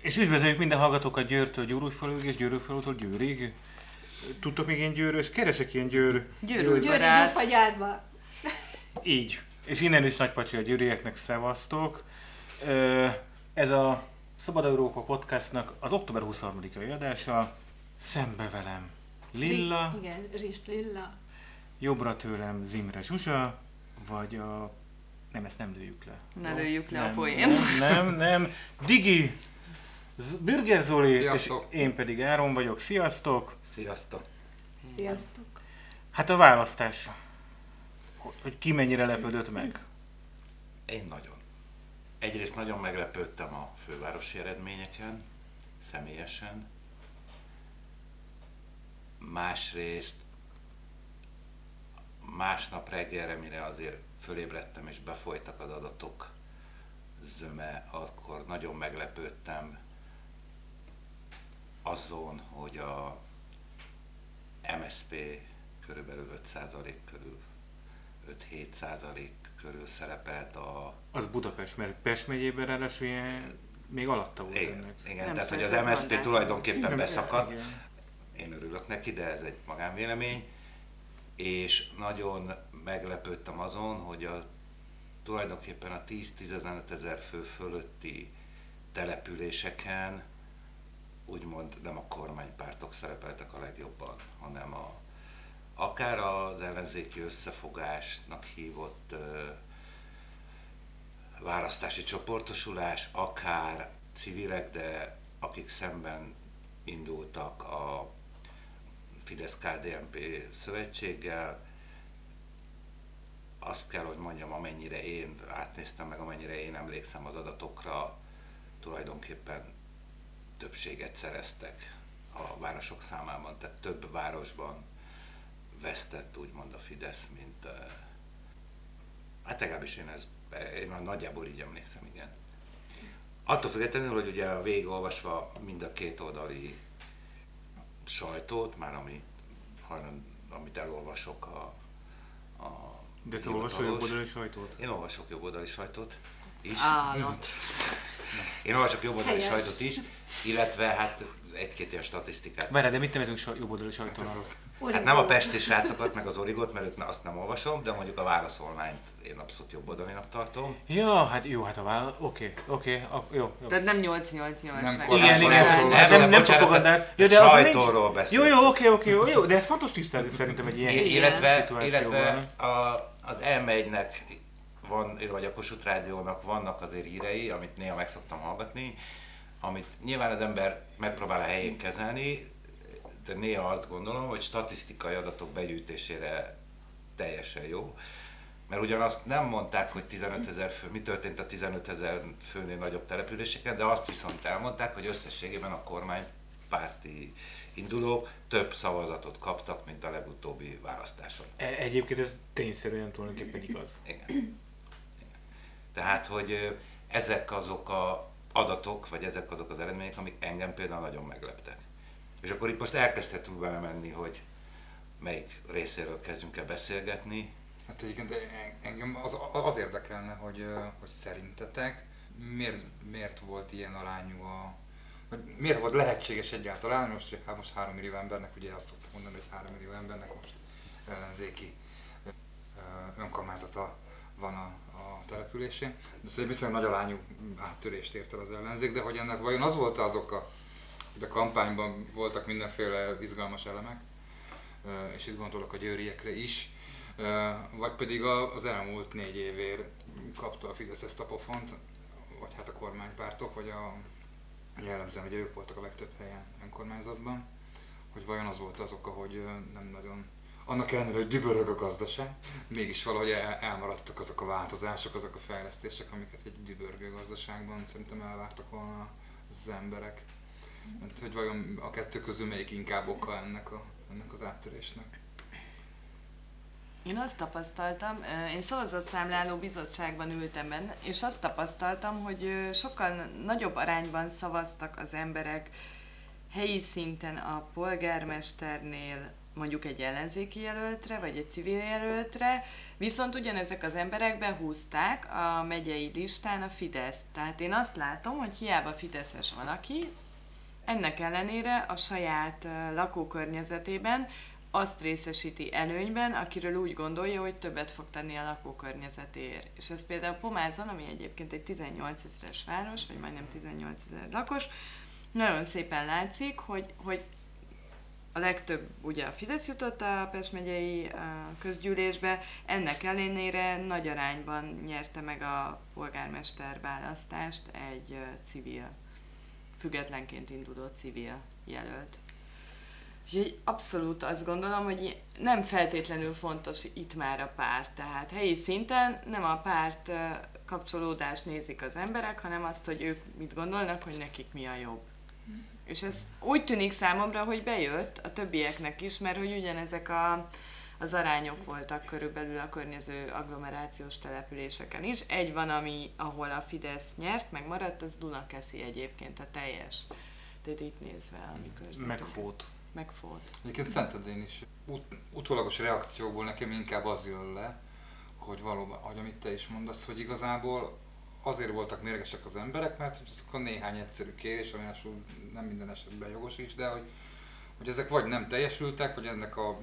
És üdvözöljük minden hallgatókat Győrtől Győrújfaluig és Győrújfalutól Győrig. Tudtok még ilyen győrös? Keresek ilyen Győri gyúfagyárba. Így. És innen is nagy pacsi a győrieknek, szevasztok. Ez a Szabad Európa podcastnak az október 23-ai adása. Szembe velem Lilla. Igen, Rist Lilla. Jobbra tőlem Zimre Zsuzsa. Vagy a... Nem, ezt nem lőjük le. Ne lőjük le a poént. Nem. Digi, Bürger Zoli, sziasztok. És én pedig Áron vagyok. Sziasztok! Sziasztok! Sziasztok! Hát a választás, hogy ki mennyire lepődött meg? Én nagyon. Egyrészt nagyon meglepődtem a fővárosi eredményeken, személyesen. Másrészt másnap reggelre, mire azért fölébredtem és befolytak az adatok zöme, akkor nagyon meglepődtem azon, hogy a MSZP körülbelül 5% körül, 5-7% körül szerepelt a... Az Budapest, mert Pest megyében ráadásul ilyen még alatta volt ennek. Igen, tehát hogy az MSZP tulajdonképpen beszakadt. Igen. Én örülök neki, de ez egy magánvélemény. És nagyon meglepődtem azon, hogy tulajdonképpen a 10-15 ezer fő fölötti településeken úgymond nem a kormánypártok szerepeltek a legjobban, hanem akár az ellenzéki összefogásnak hívott választási csoportosulás, akár civilek, de akik szemben indultak a Fidesz-KDNP szövetséggel. Azt kell, hogy mondjam, amennyire én átnéztem meg, amennyire én emlékszem az adatokra, tulajdonképpen többséget szereztek a városok számában, tehát több városban vesztett úgymond a Fidesz, mint... Hát legalábbis én nagyjából így emlékszem, igen. Attól függetlenül, hogy ugye végigolvasva mind a két oldali sajtót, már amit elolvasok De te olvasol jobboldali sajtót? Én olvasok jobboldali sajtót is. Állat. Én olvasok jobboldali sajtót is, illetve hát egy-két ilyen statisztikát. Várjál, de mit nevezünk jobboldali sajtónak? Hát nem a pesti srácokat, meg az Origot, mert azt nem olvasom, de mondjuk a Válasz Online-t én abszolút jobboldalinak tartom. Ja, hát jó, hát a válasz, oké, jó. Tehát nem 888 Nem meg. Igen, nem propagandát. Ja, sajtóról beszél. Jó, de ez fontos tisztázni szerintem egy ilyen Illetve az M1-nek vagy a Kossuth Rádiónak vannak azért hírei, amit néha meg szoktam hallgatni, amit nyilván az ember megpróbál a helyén kezelni, de néha azt gondolom, hogy statisztikai adatok begyűjtésére teljesen jó. Mert ugyanazt nem mondták, hogy 15 ezer fő, mi történt a 15 ezer főnél nagyobb településeken, de azt viszont elmondták, hogy összességében a kormánypárti indulók több szavazatot kaptak, mint a legutóbbi választáson. Egyébként ez tényszerűen tulajdonképpen igaz. Igen. Tehát, hogy ezek azok az adatok, vagy ezek azok az eredmények, amik engem például nagyon megleptek. És akkor itt most elkezdhetünk belemenni, hogy melyik részéről kezdjünk el beszélgetni. Hát egyébként engem az érdekelne, hogy szerintetek miért volt ilyen arányú vagy miért volt lehetséges egyáltalán, most 3 millió embernek, ugye azt szoktam mondani, hogy 3 millió embernek most ellenzéki önkormányzata van a településén, de szóval viszonylag nagy arányú áttörést ért el az ellenzék, de hogy ennek vajon az volt az oka, hogy a kampányban voltak mindenféle izgalmas elemek, és itt gondolok a győriekre is, vagy pedig az elmúlt 4 évért kapta a Fidesz ezt a pofont, vagy hát a kormánypártok, vagy jellemzően, hogy ők voltak a legtöbb helyen önkormányzatban, hogy vajon az volt az oka, hogy nem nagyon, annak ellenére, hogy dübörög a gazdaság, mégis valahogy elmaradtak azok a változások, azok a fejlesztések, amiket egy dübörgő gazdaságban szerintem elvártak volna az emberek. Hát, hogy vajon a kettő közül melyik inkább oka ennek az áttörésnek? Én azt tapasztaltam, én szavazatszámláló bizottságban ültem benne, és azt tapasztaltam, hogy sokkal nagyobb arányban szavaztak az emberek helyi szinten a polgármesternél mondjuk egy ellenzéki jelöltre, vagy egy civil jelöltre, viszont ugyanezek az emberek behúzták a megyei listán a Fideszt. Tehát én azt látom, hogy hiába fideszes valaki, ennek ellenére a saját lakókörnyezetében azt részesíti előnyben, akiről úgy gondolja, hogy többet fog tenni a lakókörnyezetéért. És ez például Pomázon, ami egyébként egy 18 000-es város, vagy majdnem 18 000 lakos, nagyon szépen látszik, hogy a legtöbb ugye a Fidesz jutott a Pest megyei közgyűlésbe, ennek ellenére nagy arányban nyerte meg a polgármester választást egy civil, függetlenként induló civil jelölt. Úgyhogy abszolút azt gondolom, hogy nem feltétlenül fontos itt már a párt, tehát helyi szinten nem a párt kapcsolódást nézik az emberek, hanem azt, hogy ők mit gondolnak, hogy nekik mi a jobb. És ez úgy tűnik számomra, hogy bejött a többieknek is, mert hogy ugyanezek az arányok voltak körülbelül a környező agglomerációs településeken is. Egy van, ahol a Fidesz nyert, meg maradt, az Dunakeszi egyébként, a teljes. Tehát itt nézve, amikor Megfót. Egyébként Szentendrén is utólagos reakciókból nekem inkább az jön le, hogy valóban, hogy amit te is mondasz, hogy igazából azért voltak mérgesek az emberek, mert akkor néhány egyszerű kérés, ami nem minden esetben jogos is, de hogy ezek vagy nem teljesültek, vagy ennek a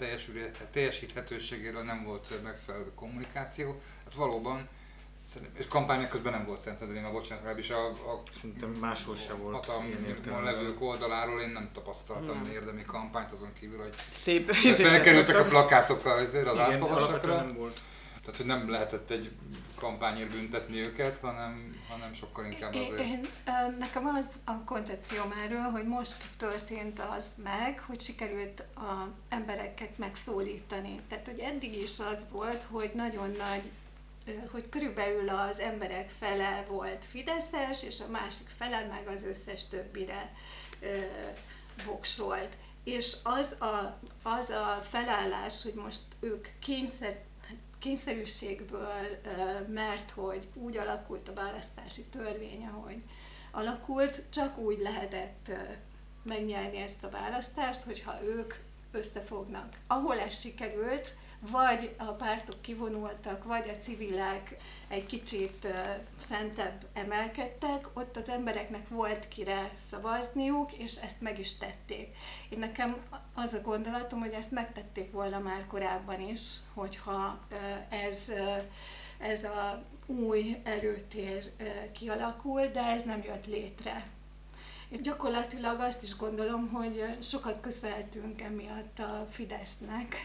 teljesíthetőségéről nem volt megfelelő kommunikáció. Hát valóban, és kampány közben nem volt Szentendrén, bocsánat, legalábbis szerintem máshol sem volt. Hatalmon levők oldaláról én nem tapasztaltam érdemi kampányt, azon kívül, hogy szép felkerültek a plakátokkal az átpavasakra. Tehát, hogy nem lehetett egy kampányért büntetni őket, hanem sokkal inkább azért. Nekem az a koncepcióm erről, hogy most történt az meg, hogy sikerült az embereket megszólítani. Tehát, hogy eddig is az volt, hogy nagyon nagy, hogy körülbelül az emberek fele volt fideszes, és a másik fele meg az összes többire voksolt. És az a felállás, hogy most ők kényszerűségből, mert hogy úgy alakult a választási törvény, ahogy alakult, csak úgy lehetett megnyerni ezt a választást, hogyha ők összefognak. Ahol ez sikerült, vagy a pártok kivonultak, vagy a civilek egy kicsit fentebb emelkedtek, ott az embereknek volt kire szavazniuk, és ezt meg is tették. Én nekem az a gondolatom, hogy ezt megtették volna már korábban is, hogyha ez a új erőtér kialakul, de ez nem jött létre. Én gyakorlatilag azt is gondolom, hogy sokat köszönhetünk emiatt a Fidesznek,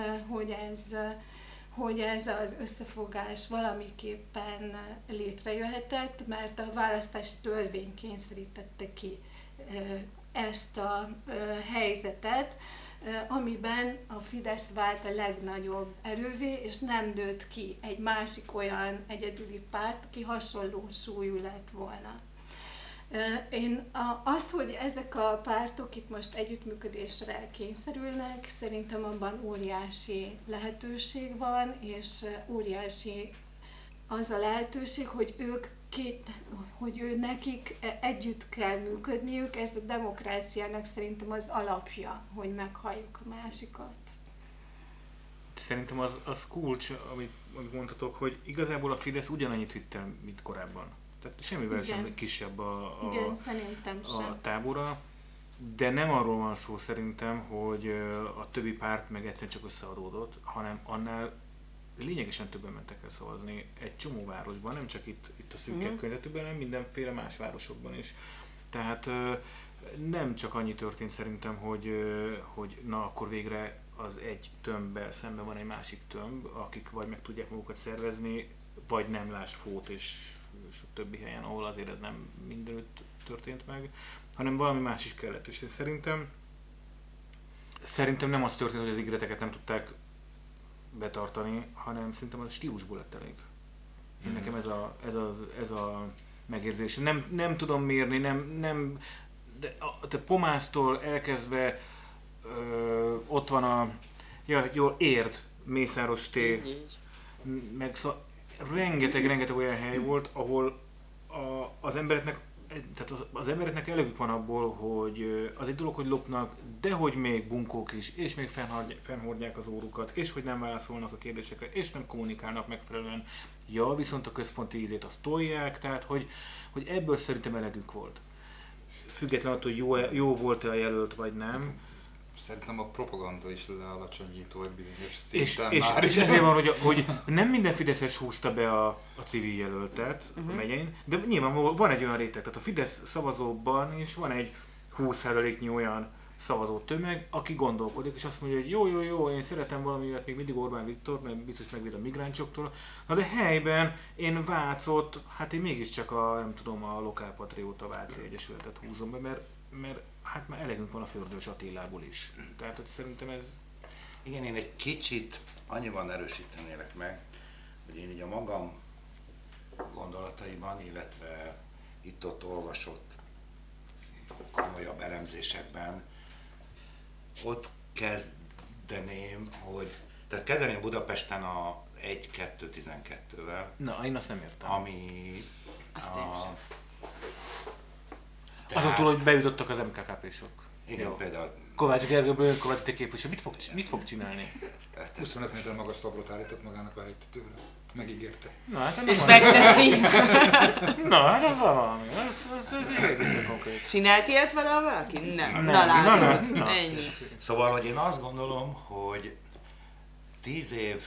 hogy ez az összefogás valamiképpen létrejöhetett, mert a választási törvény kényszerítette ki ezt a helyzetet, amiben a Fidesz vált a legnagyobb erővé, és nem nőtt ki egy másik olyan egyedüli párt, aki hasonló súlyú lett volna. Azt, hogy ezek a pártok itt most együttműködésre kényszerülnek, szerintem abban óriási lehetőség van, és óriási az a lehetőség, hogy nekik együtt kell működniük, ez a demokráciának szerintem az alapja, hogy meghalljuk a másikat. Szerintem az kulcs, amit mondhatok, hogy igazából a Fidesz ugyanannyit vitt el, mint korábban. Tehát semmivel sem kisebb a tábora, de nem arról van szó szerintem, hogy a többi párt meg egyszerűen csak összeadódott, hanem annál lényegesen többen mentek el szavazni egy csomó városban, nem csak itt a szűkebb környezetükben, hanem mindenféle más városokban is. Tehát nem csak annyi történt szerintem, hogy na akkor végre az egy tömbbel szemben van egy másik tömb, akik vagy meg tudják magukat szervezni, vagy nem, lásd Fót és a többi helyen, ahol azért ez nem mindenütt történt meg, hanem valami más is kellett. És szerintem nem az történt, hogy az ígéreteket nem tudták betartani, hanem szerintem az a stílusból lett elég. Én nekem ez a megérzés. Nem tudom mérni, de Pomásztól elkezdve ott van Érd, Mészáros-té, meg rengeteg olyan hely volt, ahol az embereknek elegük van abból, hogy az egy dolog, hogy lopnak, de hogy még bunkók is, és még fennhordják az órukat, és hogy nem válaszolnak a kérdésekre, és nem kommunikálnak megfelelően. Ja, viszont a központi ízét azt tolják, tehát hogy ebből szerintem elegük volt. Függetlenül attól, hogy jó volt-e a jelölt, vagy nem. Szerintem a propaganda is lealacsonyító egy bizonyos szinten És már. És ezért van, hogy nem minden fideszes húzta be a civil jelöltet a megyein, de nyilván van egy olyan réteg, tehát a Fidesz szavazóban is van egy 20%-nyi olyan szavazó tömeg, aki gondolkodik, és azt mondja, hogy jó, én szeretem valamiért még mindig Orbán Viktor, mert biztos megvéd a migránsoktól, na de helyben én Vácot, hát én mégiscsak a lokálpatrióta Váci Egyesületet húzom be, mert hát már elegünk van a Fördős Attilából is. Tehát hogy szerintem ez... Igen, én egy kicsit annyiban erősítenélek meg, hogy én így a magam gondolataiban, illetve itt-ott olvasott komolyabb elemzésekben ott kezdeném, tehát kezdeném Budapesten a 1-2-12-vel. Na, én azt nem értem. Ami Azt én sem. Azon túl, hogy bejutottak az MKKP-sok. Igen, jó. Például Kovács Gergőből önkormányzati képviselő mit fog csinálni? 25 méter magas szobrot állított magának a helytetőre. Megígérte. Na, hát És megteszi. Na, hát az valami. Ez egészen konkrét. Csinált ilyet vele valaki? Nem. Na, Na látod. na. Ennyi. Szóval, hogy én azt gondolom, hogy 10 év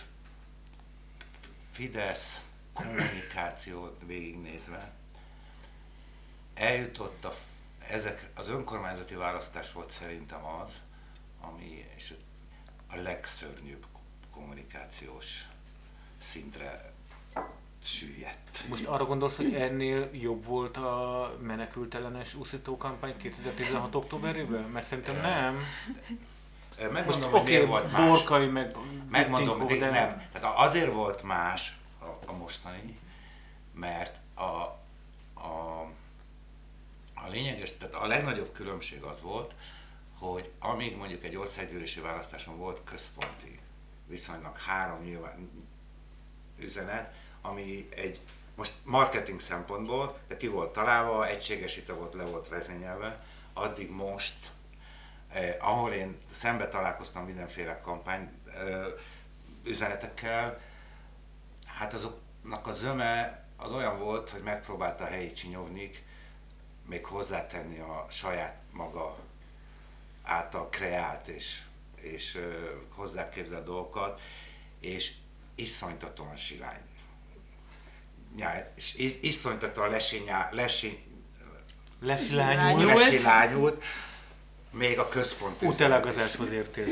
Fidesz kommunikációt végignézve eljutott az önkormányzati választás volt szerintem az, ami és a legszörnyűbb kommunikációs szintre süllyedt. Most arra gondolsz, hogy ennél jobb volt a menekültellenes úszító kampány 2016. októberében? Mert szerintem nem. Megmondom, hogy miért volt más. Borkai Megmondom, hogy nem. Tehát azért volt más a mostani, mert a lényeges, tehát a legnagyobb különbség az volt, hogy amíg mondjuk egy országgyűlési választáson volt központi, viszonylag 3 nyilván üzenet, ami most marketing szempontból, de ki volt találva, egységesítve volt, le volt vezényelve, addig most, ahol én szembe találkoztam mindenféle kampány üzenetekkel, hát azoknak a zöme az olyan volt, hogy megpróbálta a helyi csinyovnik még hozzátenni a saját maga által kreált és hozzáképzelt dolgokat, és iszonytatóan silány. És iszonytatóan lesilányult, még a központi útelágazáshoz értél.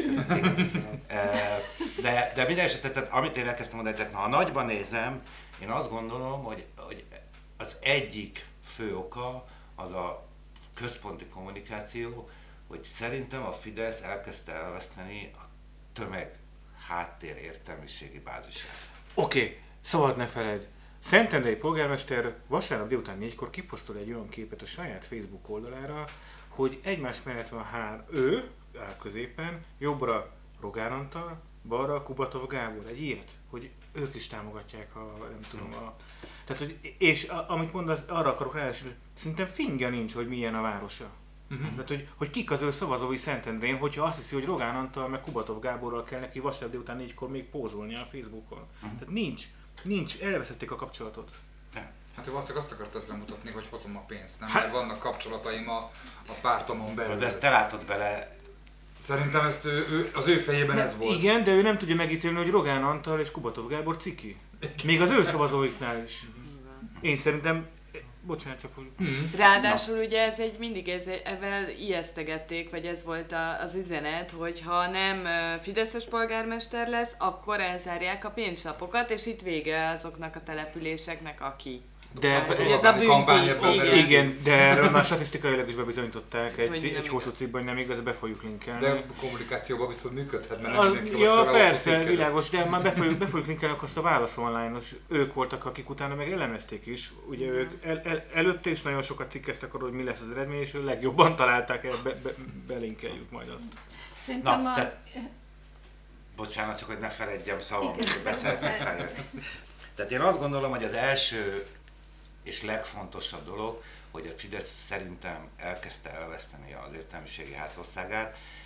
De minden esetben, tehát, amit én elkezdtem mondani, tehát ha nagyban nézem, én azt gondolom, hogy az egyik fő oka az a központi kommunikáció, hogy szerintem a Fidesz elkezdte elveszteni a tömeg háttér értelmiségi bázisát. Oké, szóval ne felejtsd. Szentendrei polgármester vasárnap délután 4-kor kiposztol egy olyan képet a saját Facebook oldalára, hogy egymás mellett van ő áll középen, jobbra Rogán Antal, balra Kubatov Gábor. Egy ilyet, hogy ők is támogatják Tehát, hogy, és amit mondasz, arra akarok ráesni, hogy szerintem fingja nincs, hogy milyen a városa. Tehát, hogy kik az ő szavazói Szentendrén, hogyha azt hiszi, hogy Rogán Antal meg Kubatov Gáborral kell neki vasárnap délután 4-kor még pózolnia a Facebookon. Tehát nincs, elveszették a kapcsolatot. Hát ő valószínűleg azt akart ezzel mutatni, hogy hozom a pénzt, nem? Mert vannak kapcsolataim a pártomon belül. De ezt te látod bele. Szerintem az ő fejében ez volt. Igen, de ő nem tudja megítélni, hogy Rogán Antal és Kubatov Gábor ciki. Még az ő szavazóiknál is. Én szerintem... Bocsánat, csak hogy... Ráadásul ugye ezzel ijesztegették, vagy ez volt az üzenet, hogy ha nem fideszes polgármester lesz, akkor elzárják a pénzlapokat, és itt vége azoknak a településeknek, aki. De ez a bűnti, igen, de erről már statisztikailag is bebizonyították egy hosszú cikkben, nem igaz, be fogjuk linkelni. De a kommunikációban viszont működhet, mert nem mindenki ja, persze, világos, de már be fogjuk linkelni azt a Válasz Online-os. Ők voltak, akik utána meg elemezték is. Ugye ők előtte is nagyon sokat cikkeztek arról, hogy mi lesz az eredmény, és legjobban találták el, belinkeljük majd azt. Szerintem bocsánat, csak hogy ne feledjem szavam, hogy beszeretnék fejezni. Tehát én azt gondolom, hogy az első és legfontosabb dolog, hogy a Fidesz szerintem elkezdte elveszteni az értelmiségi hátországát,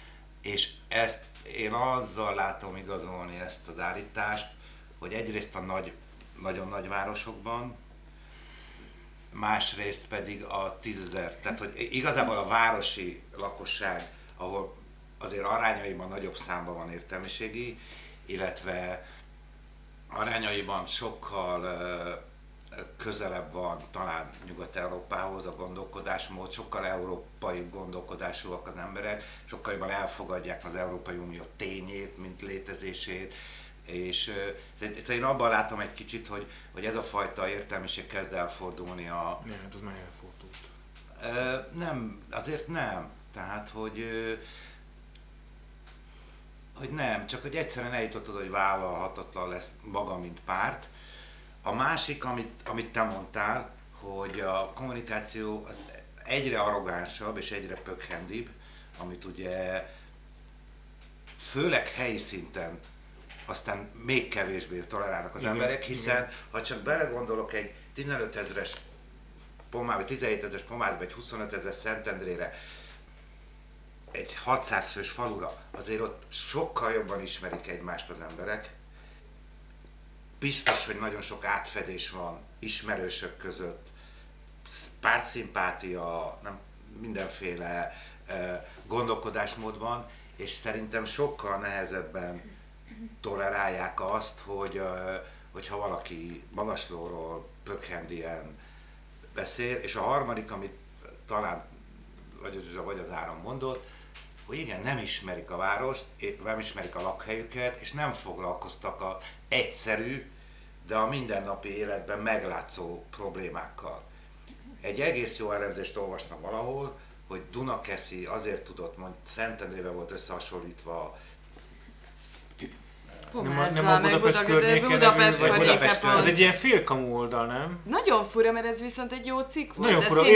És ezt én azzal látom igazolni ezt az állítást, hogy egyrészt a nagyon nagy városokban, másrészt pedig a 10 000, tehát hogy igazából a városi lakosság, ahol azért arányaiban nagyobb számban van értelmiségi, illetve arányaiban sokkal közelebb van talán Nyugat-Európához a gondolkodásmód, sokkal európai gondolkodásúak az emberek, sokkal jobban elfogadják az Európai Unió tényét, mint létezését, és én abban látom egy kicsit, hogy ez a fajta értelmiség kezd elfordulni a... Nem, hát az már elfordult. Nem, azért nem. Tehát, hogy nem, csak hogy egyszerűen eljutottad, hogy vállalhatatlan lesz maga, mint párt. A másik, amit te mondtál, hogy a kommunikáció az egyre arrogánsabb és egyre pökhendibb, amit ugye főleg helyi szinten aztán még kevésbé tolerálnak az emberek, hiszen ha csak belegondolok egy 15 000-es pomá, vagy 17 000-es pomázba, egy 25 000 Szentendrére, egy 600 fős falura, azért ott sokkal jobban ismerik egymást az emberek. Biztos, hogy nagyon sok átfedés van ismerősök között, pártszimpátia, nem mindenféle gondolkodásmódban, és szerintem sokkal nehezebben tolerálják azt, hogyha valaki magaslóról, pökhendien beszél, és a harmadik, amit talán vagy az Áron mondott, hogy igen, nem ismerik a várost, nem ismerik a lakhelyüket, és nem foglalkoztak a egyszerű, de a mindennapi életben meglátszó problémákkal. Egy egész jó elemzést olvastam valahol, hogy Dunakeszi azért tudott, Szentendrével volt összehasonlítva, Pomázzal, meg Budapest környéke. Az egy ilyen félkamu oldal, nem? Nagyon fura, mert ez viszont egy jó cikk volt. Nagyon fura,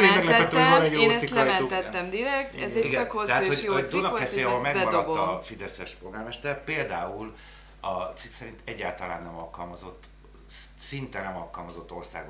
Én ezt lementettem direkt, ez egy tök hosszú és jó cikk volt, Dunakeszi, ahol megmaradt a fideszes polgármester, például a cikk szerint egyáltalán nem alkalmazott, szinte nem alkalmazott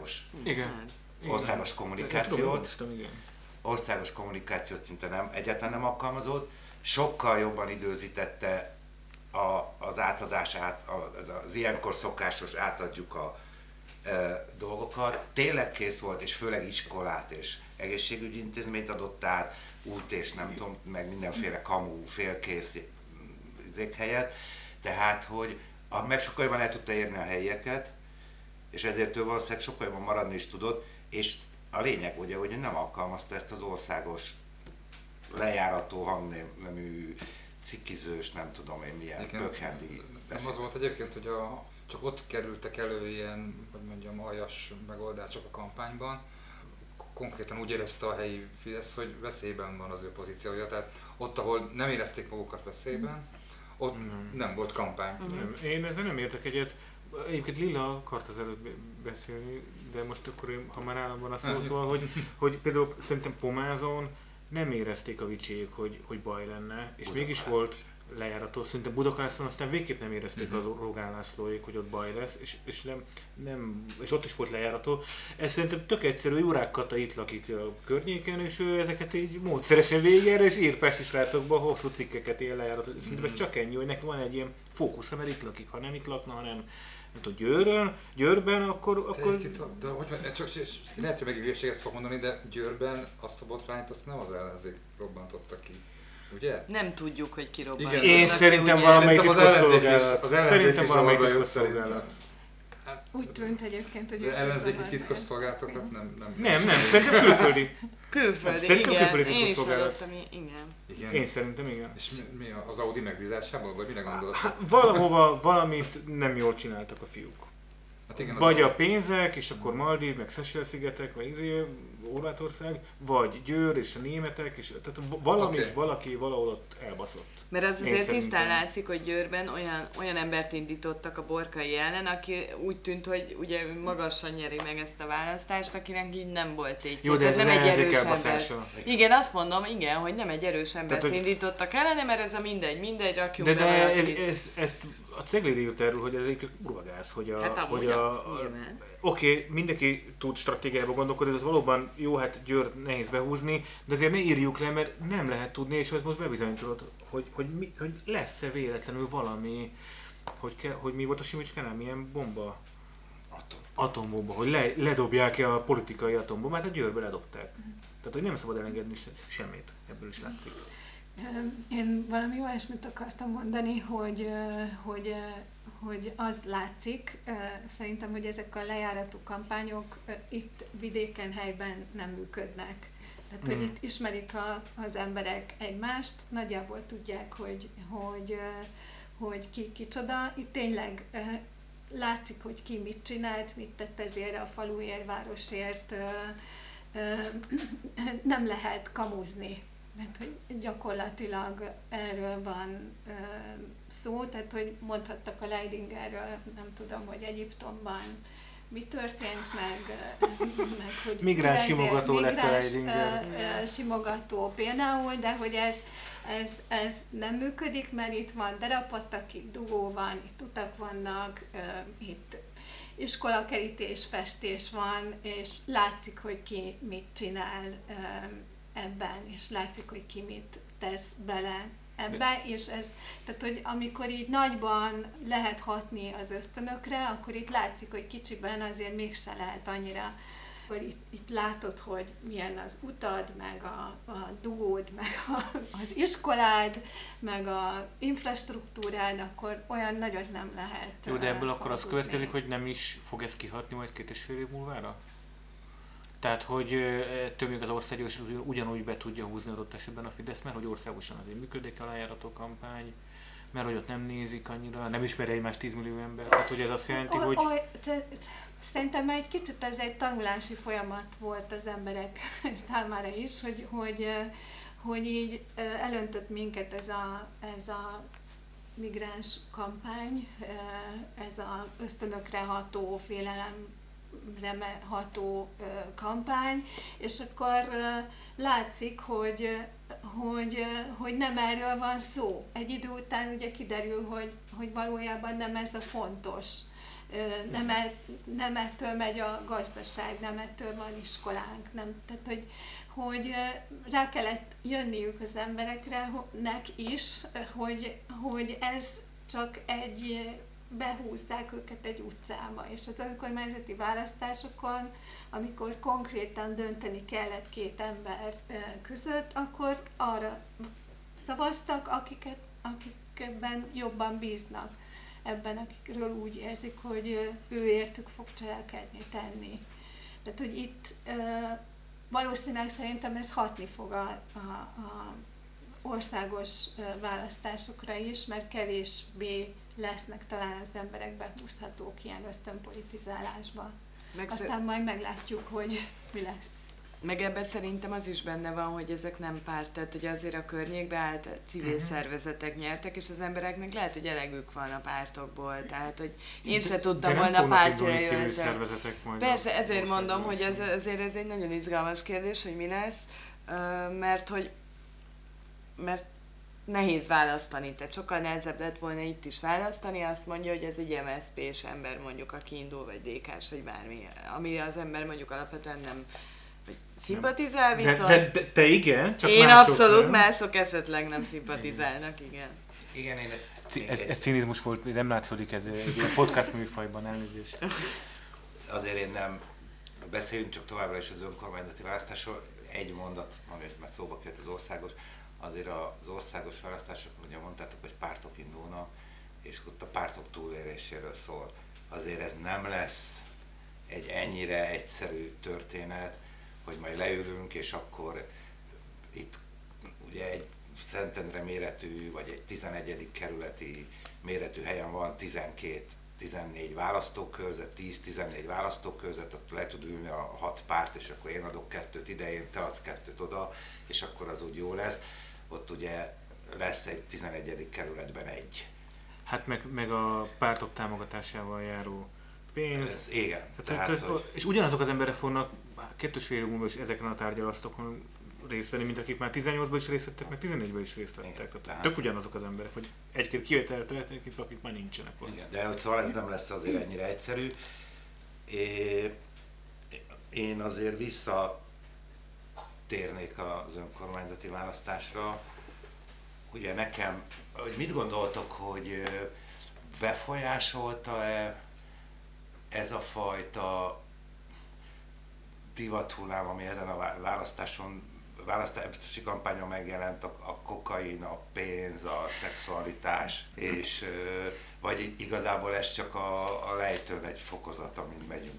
országos kommunikációt. Országos kommunikációt szinte egyáltalán nem alkalmazott, sokkal jobban időzítette az átadását, az ilyenkor szokásos átadjuk a dolgokat. Tényleg kész volt, és főleg iskolát és egészségügyi intézményt adott át, út és nem tudom, meg mindenféle kamu, félkész helyett. Tehát, hogy meg sokkal jobban el tudta érni a helyieket, és ezért ő valószínűleg sokkal jobban maradni is tudott, és a lényeg ugye, hogy nem alkalmazta ezt az országos lejárató hangnemű cikkizős, nem tudom én milyen pökhendi Nem az volt egyébként, hogy csak ott kerültek elő ilyen, hogy mondjam, aljas megoldások a kampányban. Konkrétan úgy érezte a helyi Fidesz, hogy veszélyben van az ő pozíciója. Tehát ott, ahol nem érezték magukat veszélyben, ott nem volt kampány. Én ezzel nem értek egyet. Egyébként Lilla akart az előtt beszélni, de most akkor én, ha már állam van a szó, szóval, hogy például szerintem Pomázon nem érezték a vicséjük, hogy baj lenne, és mégis volt lejárató. Szerintem Budakalászlón aztán végképp nem érezték az Rogán Lászlóék, hogy ott baj lesz, és ott is volt lejárató. Ez szerintem tök egyszerű, Jurák Kata itt lakik a környéken, és ő ezeket így módszeresen végigjára, és ír pesti srácokban hosszú cikkeket él lejárató. Szerintem csak ennyi, hogy neki van egy ilyen fókusza, mert itt lakik, ha nem itt lakna, hanem Győrben, akkor... De hogy van, csak lehet, hogy megint fog mondani, de Győrben azt a botrányt azt nem az ellenzék robbantotta ki, ugye? Nem tudjuk, hogy ki robbantotta. Én szerintem valamelyik titkosszolgálat. Az ellenzék is zavarba jött szerintem. Úgy tűnt egyébként, hogy ellenzéki titkosszolgálatokat Nem, szerintem külföldi. Igen, én is hallottam, igen. Én szerintem igen. És mi az Audi megbízásából, vagy mire gondolod? Valahova valamit nem jól csináltak a fiúk. Hát igen, vagy a pénzek, és akkor Maldív, meg Seychelles-szigetek, vagy Horvátország, vagy Győr és a németek, és tehát valamit valaki valahol ott elbaszott. Mert az azért tisztán látszik, hogy Győrben olyan embert indítottak a Borkai ellen, aki úgy tűnt, hogy ugye magasan nyeri meg ezt a választást, akinek így nem volt tétje. Jó, de nem egy erős ember. Igen, azt mondom, hogy nem egy erős embert indítottak ellene, mert ez a mindegy, rakjunk be. De ezt A Ceglédi írt erről, hogy ez egy kurvagáz, hogy oké, mindenki tud stratégiába gondolkodni, de valóban jó, hát Győrt nehéz behúzni, de azért ne írjuk le, mert nem lehet tudni, és most bebizonyítod, hogy lesz-e véletlenül valami, hogy mi volt a Simicskánál, milyen bomba? Atombomba, hogy ledobják-e a politikai atombombát, a Győrbe ledobták. Tehát, hogy nem szabad elengedni semmit, ebből is látszik. Én valami olyasmit akartam mondani, hogy az látszik, szerintem, hogy ezek a lejárató kampányok itt vidéken, helyben nem működnek. Tehát, hogy itt ismerik az emberek egymást, nagyjából tudják, hogy ki kicsoda. Itt tényleg látszik, hogy ki mit csinált, mit tett ezért a faluért, városért. Nem lehet kamuzni, mert hogy gyakorlatilag erről van szó, tehát hogy mondhattak a Leidingerről, nem tudom, hogy Egyiptomban mi történt, meg hogy migráns simogató lett a Leidinger. Simogató például, de hogy ez nem működik, mert itt van derapatak, itt dugó van, itt utak vannak, itt iskolakerítés, festés van, és látszik, hogy ki mit csinál ebben, és látszik, hogy ki mit tesz bele ebbe, és ez, tehát, hogy amikor így nagyban lehet hatni az ösztönökre, akkor itt látszik, hogy kicsiben azért mégse lehet annyira. Akkor itt látod, hogy milyen az utad, meg a dugód, meg az iskolád, meg a infrastruktúrád, akkor olyan nagyot nem lehet. Jó, de ebből akkor az következik, hogy nem is fog ez kihatni majd 2,5 év múlvára? Tehát, hogy többnyire az országgyűlés ugyanúgy be tudja húzni adott esetben a Fidesz, mert hogy országosan azért működik a lejárató kampány, mert hogy ott nem nézik annyira, nem ismeri egymást 10 millió ember. Tehát, hogy ez azt jelenti, hogy... Szerintem egy kicsit ez egy tanulási folyamat volt az emberek számára is, hogy így elöntött minket ez a migráns kampány, ez a ösztönökre ható, félelemre ható kampány, és akkor látszik, hogy nem erről van szó. Egy idő után ugye kiderül, hogy valójában nem ez a fontos. Nem ettől megy a gazdaság, nem ettől van iskolánk, nem. Tehát, hogy rá kellett jönniük az embereknek is, hogy ez csak behúzták őket egy utcába, és az önkormányzati választásokon, amikor konkrétan dönteni kellett két ember között, akkor arra szavaztak, akikben jobban bíznak, ebben, akikről úgy érzik, hogy ő értük fog cselekedni, tenni. Tehát, hogy itt valószínűleg szerintem ez hatni fog a országos választásokra is, mert kevésbé lesznek talán az emberek behúzhatók ilyen ösztönpolitizálásba. Aztán majd meglátjuk, hogy mi lesz. Meg ebben szerintem az is benne van, hogy ezek nem párt, tehát hogy azért a környékbe állt civil szervezetek nyertek, és az embereknek lehet, hogy elegük van a pártokból, tehát hogy én se tudtam volna pártra jönni. Persze, ezért mondom, hogy azért ez egy nagyon izgalmas kérdés, hogy mi lesz, mert nehéz választani, tehát sokkal nehezebb lett volna itt is választani, azt mondja, hogy ez egy MSZP-s ember mondjuk, aki indul, vagy DK-s, vagy bármi, ami az ember mondjuk alapvetően nem szimpatizál, viszont... De te igen, csak én mások abszolút, nem. Mások esetleg nem szimpatizálnak, igen. Igen, Ez cinizmus volt, nem látszódik ez egy podcast műfajban, elnézést. Azért én nem beszélünk csak továbbra is az önkormányzati választásról. Egy mondat, amit már szóba került az országos, azért az országos választások, ugye mondtátok, hogy pártok indulnak, és ott a pártok túléléséről szól. Azért ez nem lesz egy ennyire egyszerű történet, hogy majd leülünk, és akkor itt ugye egy Szentendre méretű, vagy egy 11. kerületi méretű helyen van 12-14 választókörzet, 10-14 választókörzet, ott le tud ülni a 6 párt, és akkor én adok 2 ide, te adsz 2 oda, és akkor az úgy jó lesz. Ott ugye lesz egy 11. kerületben egy. Hát meg a pártok támogatásával járó pénz. Ez, igen. És ugyanazok az emberek fognak 2,5 év múlva is ezeken a tárgyalasztokon részt venni, mint akik már 18-ban is részt vettek, meg 14-ben is részt vettek. Tehát tök ugyanazok az emberek, hogy egy-két kivételt tehetnek, akik már nincsenek. Igen, de hogy szóval ez nem lesz azért ennyire egyszerű. Én azért visszatérnék az önkormányzati választásra. Ugye nekem, hogy mit gondoltok, hogy befolyásolta-e ez a fajta divathullám, ami ezen a választási kampányon megjelent, a kokain, a pénz, a szexualitás, és vagy igazából ez csak a lejtőn egy fokozat, amin megyünk?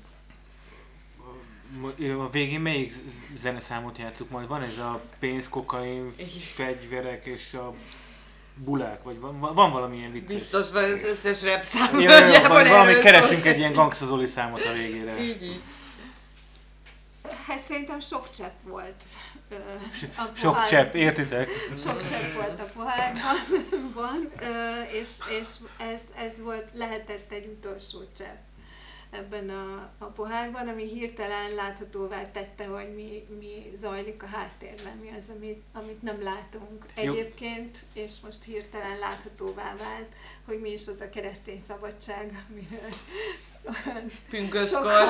A végén melyik zeneszámot játszuk majd? Van ez a pénz, kokain, fegyverek és a bulák, vagy van valamilyen vicces? Biztos van az összes rap szám. Valami keresünk egy ilyen Gangsta Zoli számot a végére. Így. Hát szerintem sok csepp volt a pohár. Sok csepp, értitek? Sok csepp volt a pohárban, és ez volt, lehetett egy utolsó csepp ebben a pohárban, ami hirtelen láthatóvá tette, hogy mi zajlik a háttérben, mi az, amit nem látunk egyébként, és most hirtelen láthatóvá vált, hogy mi is az a keresztény szabadság, amiről pünköskor.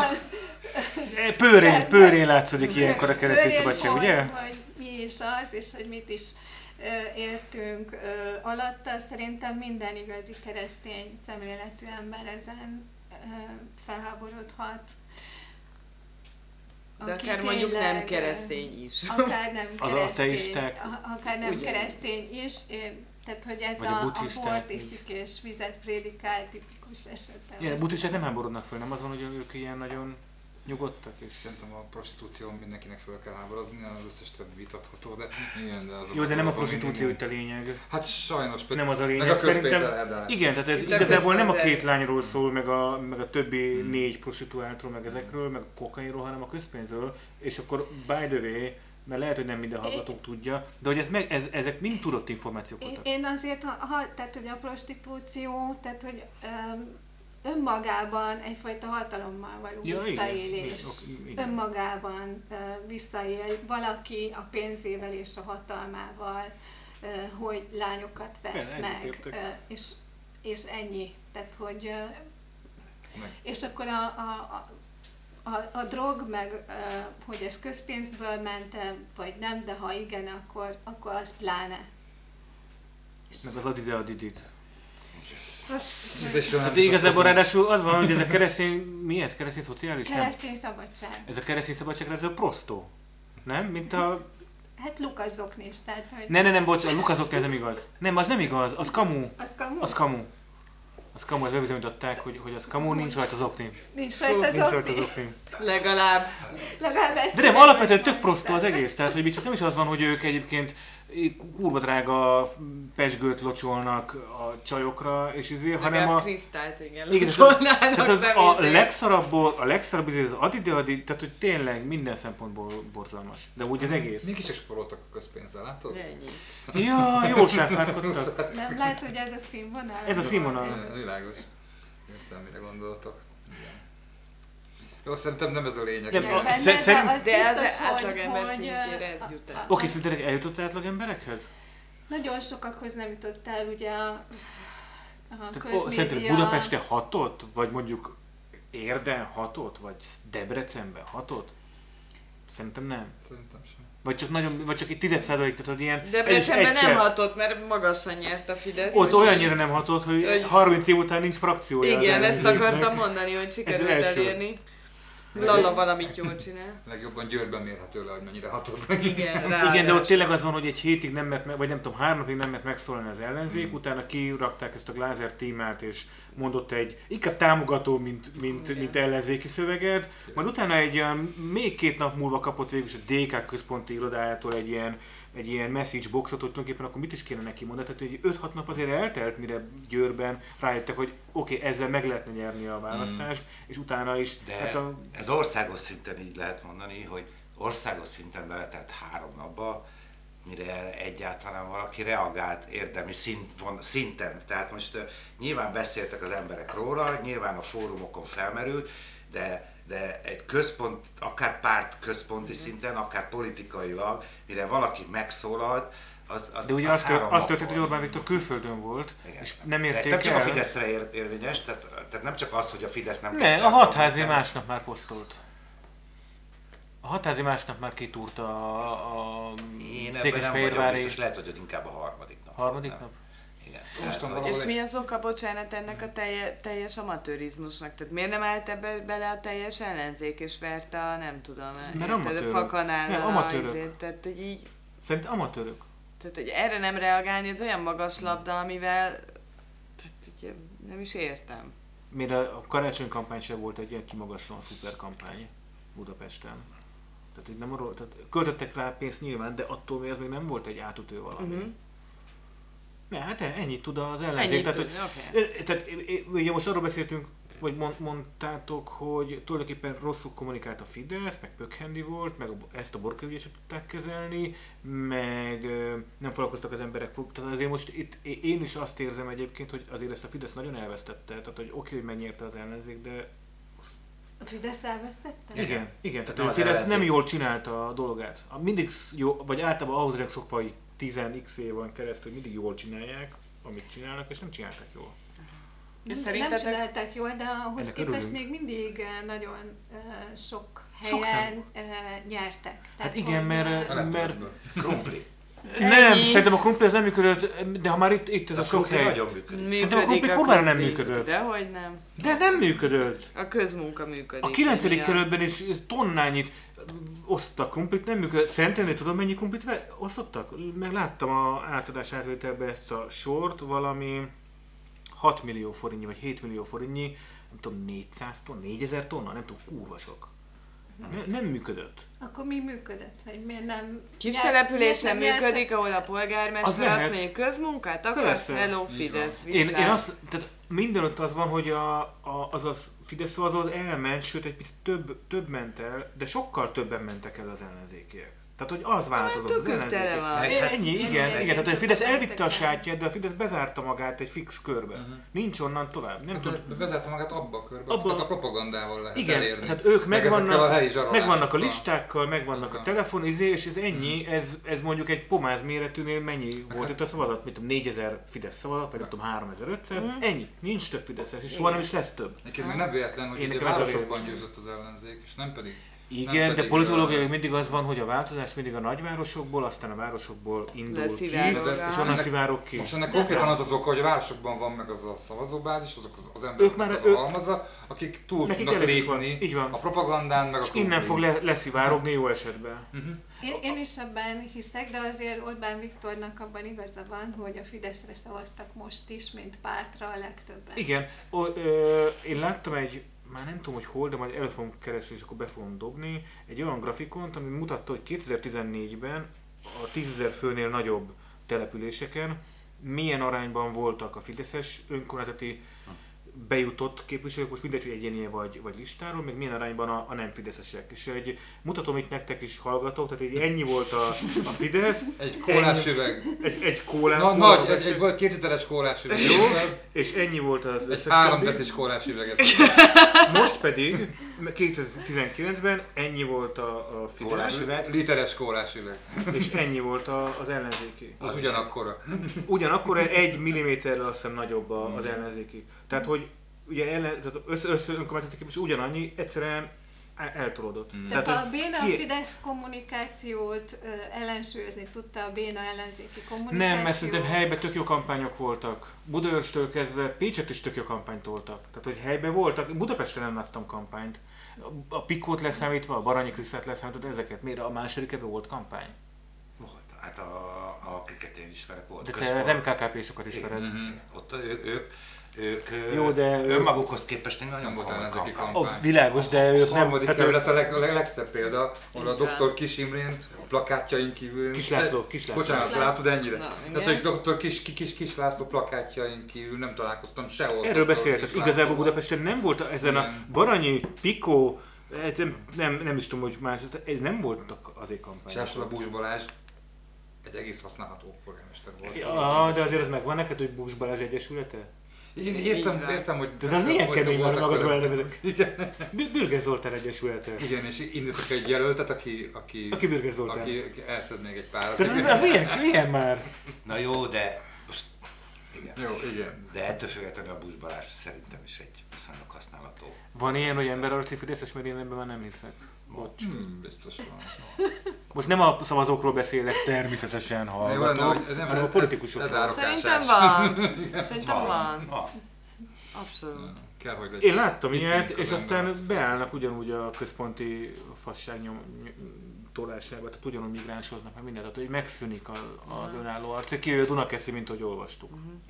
Pőrén látszódik ilyenkor a keresztény szabadság, ugye? Hogy mi is az, és hogy mit is értünk alatta. Szerintem minden igazi keresztény szemléletű ember ezen felháborodhat. De akár mondjuk nem keresztény is. Akár nem Az keresztény, ateisták. akár nem keresztény is. Tehát, hogy ez a bort iszik és vizet prédikál tipikus esete. Igen, a buddhisták nem háborodnak föl, nem az van, hogy ők ilyen nagyon nyugodtak? És szerintem a prostitúció mindenkinek föl kell háborodni, az összes több vitatható, de igen, de az jó, de nem a prostitúció itt a lényeg. Hát sajnos, nem az a lényeg. Meg a közpénzzel eldálás. Igen, tehát ez igazából nem a két lányról szól, meg a többi 4 prostituáltról, meg ezekről, meg a kokainról, hanem a közpénzről, és akkor by the way, mert lehet, hogy nem minden hallgatók tudja, de hogy ezek mind tudott információk voltak. Én azért, tehát hogy a prostitúció, tehát hogy önmagában egyfajta hatalommal való visszaélés. Igen. Önmagában visszaél valaki a pénzével és a hatalmával, hogy lányokat vesz meg, és ennyi. Tehát, hogy, és akkor a drog, meg hogy ez közpénzből ment, vagy nem, de ha igen, akkor az pláne. Meg az adidit. Hát igazából ráadásul az van, hogy ez a keresztény, mi ez? Keresztény szociális? Keresztény szabadság. Ez a keresztény szabadság, ez a prostó. Nem? Mint a... Hát Lukas Zoknis, tehát hogy... Nem, bocs, a Lukas Zoknis nem igaz. Nem, az nem igaz, az kamu. Az kamu, azt bebizonyították, hogy az kamu, nincs rajta az okni. Nincs rajta az okni. Legalább ezt. De nem, alapvetően tök prostó az egész, tehát hogy csak nem is az van, hogy ők egyébként kurva drága pezsgőt locsolnak a csajokra, és ezért, hanem a... Kristályt, locsolnának, tehát a legszarabb az adi, tehát hogy tényleg minden szempontból borzalmas. De úgy az egész. Mégiscsak sporoltak a közpénzzel, látod? Ennyi. Ja, jól sáfárkodtak. Nem lehet, hogy ez a színvonal? Ez a színvonal. Világos. Értem, mire gondoltok. Jó, szerintem nem ez a lényeg. De az átlagember szintjére ez jut el. Oké, szerintetek eljutott átlagemberekhez? Nagyon sokakhoz nem jutott el, ugye a közmédia... Szerintetek Budapesten hatott? Vagy mondjuk Érden hatott? Vagy Debrecenben hatott? Szerintem nem. Szerintem sem. Vagy csak egy 10%, tehát ilyen... Debrecenben nem hatott, mert magasan nyert a Fidesz. Ott olyannyira nem hatott, hogy 30 év után nincs frakciója. Igen, ezt akartam mondani, hogy sikerült elérni. Lala valamit jól csinál. Legjobban Győrben mérhető le, hogy mennyire hatott. Igen, de ott tényleg az van, hogy egy hétig nem mert, vagy nem tudom, 3 napig nem mert megszólalni az ellenzék, utána kirakták ezt a Glázer témát, és mondott egy inkább támogató, mint ellenzéki szöveget, majd utána még 2 nap múlva kapott végül is a DK központi irodájától egy ilyen message boxot, hogy tulajdonképpen akkor mit is kéne neki mondani. Tehát, hogy 5-6 nap azért eltelt, mire Győrben rájöttek, hogy oké, ezzel meg lehetne nyerni a választást, és utána is... De hát ez országos szinten így lehet mondani, hogy országos szinten beletett 3 napba, mire egyáltalán valaki reagált érdemi szinten. Tehát most nyilván beszéltek az emberek róla, nyilván a fórumokon felmerült, de de egy központ, akár párt központi szinten, akár politikailag, mire valaki megszólalt, az de ugye az azt történt, hogy Orbán Viktor külföldön volt, igen. és nem De ez érték nem csak el. a Fideszre érvényes, tehát nem csak az, hogy a Fidesz nem Ne, kezdte a el Hatházi kommunikálni. másnap már posztolt. A Hatházi másnap már kitúrta a Én ebben nem vagyok Székesfehérvári... biztos, lehet, hogy az inkább a harmadik nap. Harmadik nem? nap? Igen. Most Tehát, valahol És mi az oka, bocsánat, ennek a teljes amatőrizmusnak? Tehát miért nem állt ebbe bele a teljes ellenzék, és verte a, nem tudom, Mert a amatőrök. fakanállal Nem, amatőrök. tehát, hogy így, Szerintem amatőrök. tehát, hogy erre nem reagálni, ez olyan magas labda, amivel, tehát ugye, nem is értem. Még a karácsony kampány sem volt egy ilyen kimagaslóan szuper kampány Budapesten. Tehát, hogy nem arról, tehát költöttek rá pénzt nyilván, de attól még ez még nem volt egy átütő valami. Uh-huh. Ne, hát ennyit tud az ellenzék. Ennyit Tehát, tud, hogy- oké. tehát ugye most arról beszéltünk, vagy mondtátok, hogy tulajdonképpen rosszul kommunikált a Fidesz, meg pökhendi volt, meg ezt a Borkai ügyet sem tudták kezelni, meg nem foglalkoztak az emberek. Tehát azért most itt én is azt érzem egyébként, hogy azért ezt a Fidesz nagyon elvesztette. Tehát, hogy oké, hogy megnyerte az ellenzék, de A Fidesz elvesztette? igen. Tehát Tehát nem a az Fidesz nem ellenzék. jól csinálta a dolgát. Mindig jó, vagy általában ahhoz vagyok szokva, hogy 10x éven keresztül mindig jól csinálják, amit csinálnak, és nem csinálták jól. És Nem szerintetek- csinálták jól, de ahhoz Ennek képest örülünk. még mindig nagyon sok Sok helyen nyertek. Hát Tehát, igen, hogy, mert, A mert legtöbbből. Krumpli. nem, Ennyi. szerintem a krumpli az nem működött, de ha már itt ez A a sok krumpli hely. nagyon működik. Szerintem a krumpli kurvára nem működött. Dehogy nem. De nem működött. A közmunka működik. A 9. ennyi kerületben is tonnányit osztottak krumplit, nem működött. Szentendrén tudom mennyi krumplit osztottak? Meg láttam a átadás átvételben ezt a sort, valami 6 millió forintnyi, vagy 7 millió forintnyi, nem tudom, 400 tonna, 4000 tonna, nem tudom, kurva sok. Nem működött. Akkor mi működött? Vagy miért nem... Kis miért településen nem nyertek? működik, ahol a Az polgármester lehet. azt mondja, közmunkát akarsz? Persze. Hello Így Fidesz, van. Én viszlát. azt, tehát mindenütt az van, hogy az Fidesz szavazó az elment, sőt egy picit több ment el, de sokkal többen mentek el az ellenzékiek. Tehát, hogy az változott az Tökük tele ellenzékiek. van. Meg- hát- Ennyi, igen, igen, igen, tehát a Fidesz elvitte a igen. sátját, de a Fidesz bezárta magát egy fix körbe. Nincs onnan tovább. Nem tud. Hát vezette magát abba a körbe, Abba- hát a propagandával lehet Igen, elérni. tehát ők Meg ezekkel a helyi zsarolásokkal. megvannak a listákkal, megvannak a Igen. telefonizé, és ez ennyi, ez mondjuk egy pomáz méretűnél mennyi volt hát- itt a szavazat, mint tudom 4000 Fidesz szavazat, vagy nem tudom 3500, ennyi, nincs több Fideszes, és soha nem is lesz több. Egyébként még nem véletlen, hogy Én ugye nekem ez a városokban győzött az ellenzék, és nem pedig... Igen, de pedig, politológiailag mindig az van, hogy a változás mindig a nagyvárosokból, aztán a városokból indul ki, Leszivárog és át. onnan szivárog ki. Most ennek konkrétan az az oka, hogy a városokban van meg az a szavazóbázis, azok az emberek, Ők már- az ők- a halmaza, akik túl Nekik tudnak elég van, lépni így van. a propagandán, meg a Innen fog krumplin. leszivárogni jó esetben. Én is ebben hiszek, de azért Orbán Viktornak abban igaza van, hogy a Fideszre szavaztak most is, mint pártra a legtöbben. Igen, én láttam már nem tudom, hogy hol, de majd elő fogom keresni, és akkor be fogom dobni, egy olyan grafikont, ami mutatta, hogy 2014-ben a 10.000 főnél nagyobb településeken milyen arányban voltak a fideszes önkormányzati bejutott képviselők, most mindegy, hogy egyénie vagy listáról, meg milyen arányban a nem fideszesek. És mutatom itt nektek is hallgatók, tehát így ennyi volt a Fidesz. Egy kólás üveg. Egy kólás. Nagy, egy vagy 2 literes kólás üveg. Jó, és ennyi volt az Egy összes 3 többi. decis kólás üveget. Most pedig 2019-ben ennyi volt a Kólás Fidesz, üveg. Literes kólás üveg. és ennyi volt az ellenzéki. Az Az is ugyanakkora. Ugyanakkor 1 milliméterrel azt hiszem nagyobb az ellenzéki. Tehát, hogy ugye össze önkormányzati képviselő ugyanannyi, egyszerűen eltolódott. Tehát a hogy béna ki- Fidesz kommunikációt ellensúlyozni tudta a béna ellenzéki kommunikáció. Nem, mert szerintem helyben tök jó kampányok voltak. Budaörstől kezdve Pécset is tök jó kampányt toltak. Tehát, hogy helyben voltak. Budapesten nem láttam kampányt. A Pikót leszámítva, a Baranyi Krisztát leszámítva, ezeket miért a második ebben volt kampány? Volt. Hát akiket én ismerek volt. De te központ. az MKKP-sokat ismered. Ott ők Jó, de önmagukhoz képest egy Nem nagyon volt komoly ellenzéki kampány. kampány. Világos, de ők A nem... harmadik tehát ők- kerület a legszebb példa, ahol a Így van. doktor Kis Imrén a plakátjain kívül... Kis László. Bocsánat, látod ennyire? Na, Tehát, igen. hogy doktor Kis László plakátjain kívül nem találkoztam sehol. Erről Dr. beszéltek. Kis Igazából Lászlóval. Budapesten nem volt ezen a Igen. Baranyi, Pikó, nem is tudom, hogy más, ez nem voltak azért kampányok. Sásol a Bús Balázs egy egész használható polgármester volt. Ja, de azért az megvan neked, hogy Bús Balázs Egyesülete? Én értem, hogy... De az milyen kemény már magadról elnevezek. Igen. Bürger Zoltán Egyesülete. Igen, és indítok egy jelöltet, aki Bürger Zoltán. aki elszed még egy párat. Tehát az milyen már? Na jó, de most... Igen. Jó, igen. De ettől függetlenül a Busz Balázs szerintem is egy viszonylag használható. Van ilyen, hogy emberarci fideszes, mert én ebben már nem hiszek. Bocs. Biztos van. Most nem a szavazókról beszélek, természetesen hallgatok, hanem a politikusokról. Szerintem van. Szerintem van. Abszolút. Kell, hogy legyen. Én láttam ilyet, és aztán emberarci beállnak ugyanúgy a központi fasság tolásába, tehát ugyanúgy migránsoznak, meg mindent, tehát hogy megszűnik az önálló arc. Kijön a Dunakeszi, mint ahogy olvastuk.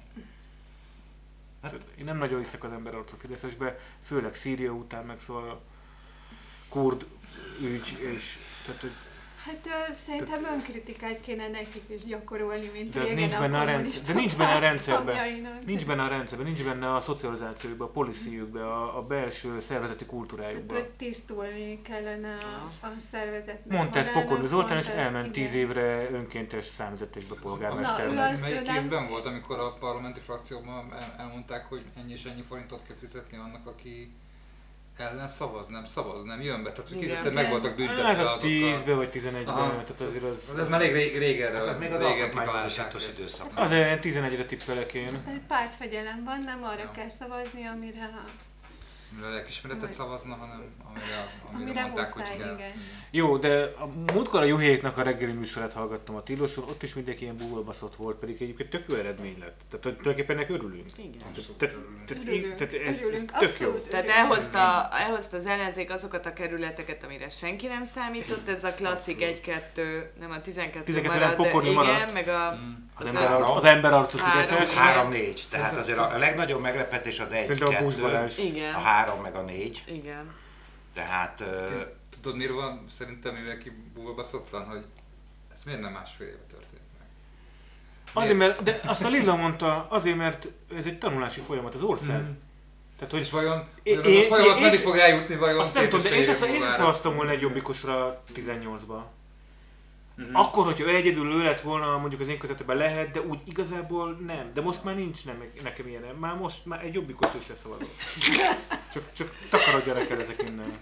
Én nem nagyon hiszek az emberarcú fideszesbe, főleg Szíria után, meg szóval a kurd ügy, és tehát, hogy Hát szerintem önkritikát kéne nekik is gyakorolni, mint de régen nincs benne a rendszer, de nincs benne a rendszerben, tagjainak. nincs benne a szocializációjukban, a policyjükben, a belső szervezeti kultúrájukban. Hát, hogy tisztulni kellene a szervezetnek. Mondta ezt Pokorni Zoltán, és mondta, elment 10 igen. évre önkéntes számüzetésbe polgármester. Na, Melyik ő nem- évben volt, amikor a parlamenti frakcióban elmondták, hogy ennyi és ennyi forintot kell fizetni annak, aki ellen szavaz, nem jön be. Tehát, hogy Igen. kifejezetten meg voltak büntetve Hát az azokkal. 10-ben vagy 11-ben, Aha, tehát azért az... ez már elég régen, Hát az még az régen alkotmánymódosítós kitalálták ezt. időszak. Azért 11-re tippelek én. Egy pártfegyelem van, nem arra Ja. kell szavazni, amire Amire lelkismeretet szavazna, hanem amire Amire mondták, hogy muszáj, kell. igen. Jó, de a múltkor a Juhéknak a reggeli műsorát hallgattam a Tiloson, ott is mindenki ilyen búvalbaszott volt, pedig egyébként tök jó eredmény lett. Tehát hogy tulajdonképpen ennek örülünk. Igen. Tehát ez Örülünk, tök jó. abszolút Tehát örülünk. elhozta az ellenzék azokat a kerületeket, amire senki nem számított, ez a klasszik 1-2, nem a 12 12 marad, Pokorni igen, maradt. meg a... Az emberarcú Három. fideszes. 3-4, tehát azért a legnagyobb meglepetés az Szerintem a Busz 1-2, Balázs. Igen. a 3 meg a 4, Igen. tehát Tudod, miért van szerintem mindenki búvalbaszottan, hogy ez miért nem másfél éve történt meg? Azért, mert, de azt a Lilla mondta, azért, mert ez egy tanulási folyamat az ország. Tehát, hogy És vajon Én- az a folyamat én- meddig fog eljutni, vajon azt nem tudom, de én két és fél év sem múlvára? szavaztam volna egy jobbikosra 18-ba. Akkor, hogyha ő egyedül ő lett volna, mondjuk az én közöttében lehet, de úgy igazából nem. De most már nincs nekem ilyen. Már egy jobbikos is leszavazok. Csak takarodjanak el ezek innen.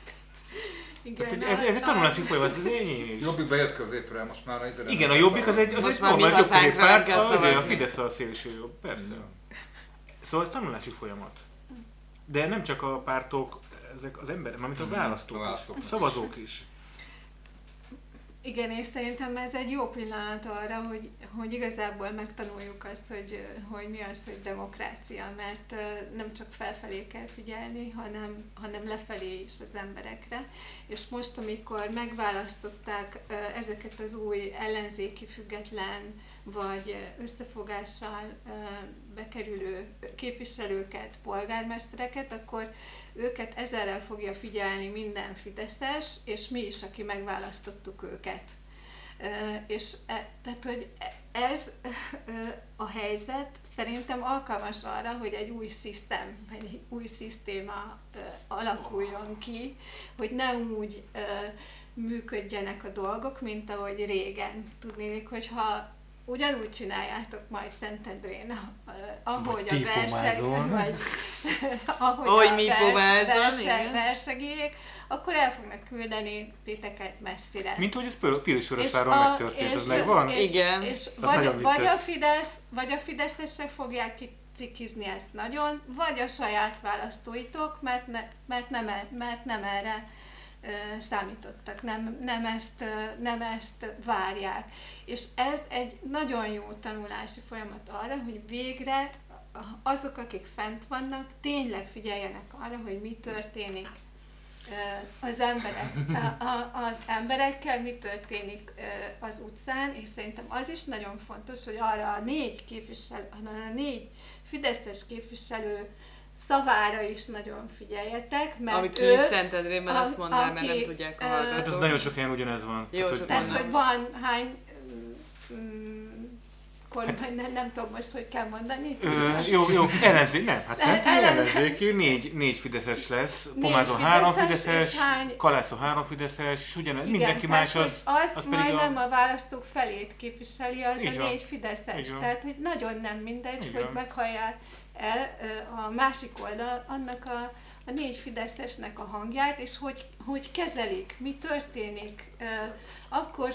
Igen, Tehát, ez egy tanulási folyamat, ez ennyi. Jobbik bejött középre, most már az Igen, a Jobbik az egy Most már mi normális hazánkra jobbközéppárt, kell azért a szavazni. Fidesz a szélső jobb, persze. Szóval ez tanulási folyamat. De nem csak a pártok, ezek az emberek, mármint a választók, a választók is, is. szavazók is. Igen, és szerintem ez egy jó pillanat arra, hogy igazából megtanuljuk azt, hogy mi az, hogy demokrácia, mert nem csak felfelé kell figyelni, hanem lefelé is az emberekre. És most, amikor megválasztották ezeket az új ellenzéki független vagy összefogással bekerülő képviselőket, polgármestereket, akkor őket ezerrel fogja figyelni minden fideszes, és mi is, aki megválasztottuk őket. Tehát, hogy ez a helyzet szerintem alkalmas arra, hogy egy új szisztéma alakuljon ki, hogy ne úgy működjenek a dolgok, mint ahogy régen. Tudnélik, hogyha ugyanúgy csináljátok majd Szentendrén, ahogy a típomázol. vagy ahogy Ahogy a mi pomázol, igen. versegélyek, akkor el fognak küldeni titeket messzire. Mint hogy ez Pilisvörösváron megtörtént, az megvan? Igen. És nagyon vagy vicces. a fideszesek fogják kicikizni ezt nagyon, vagy a saját választóitok, mert nem erre számítottak, nem ezt várják. És ez egy nagyon jó tanulási folyamat arra, hogy végre azok, akik fent vannak, tényleg figyeljenek arra, hogy mi történik az emberekkel, mi történik az utcán, és szerintem az is nagyon fontos, hogy arra a 4 fideszes képviselő szavára is nagyon figyeljetek, mert Amit ő, ki Szentendrében azt mondaná, mert nem tudják a hallgatók. Hát ez nagyon sok helyen ugyanez van. Jó, csak tehát, hogy van kormány, nem tudom most, hogy kell mondani. Jó, ellenzék, nem, hát szerintem ellenzékű, négy fideszes lesz, Pomázon 3 fideszes, Kalászon 3 fideszes, és ugyanaz, mindenki más az pedig majdnem a választók felét képviseli, az így a van. 4 fideszes. Így van. Tehát, hogy nagyon nem mindegy, Így hogy van. meghallják el a másik oldal annak a 4 fideszesnek a hangját, és hogy kezelik, mi történik akkor,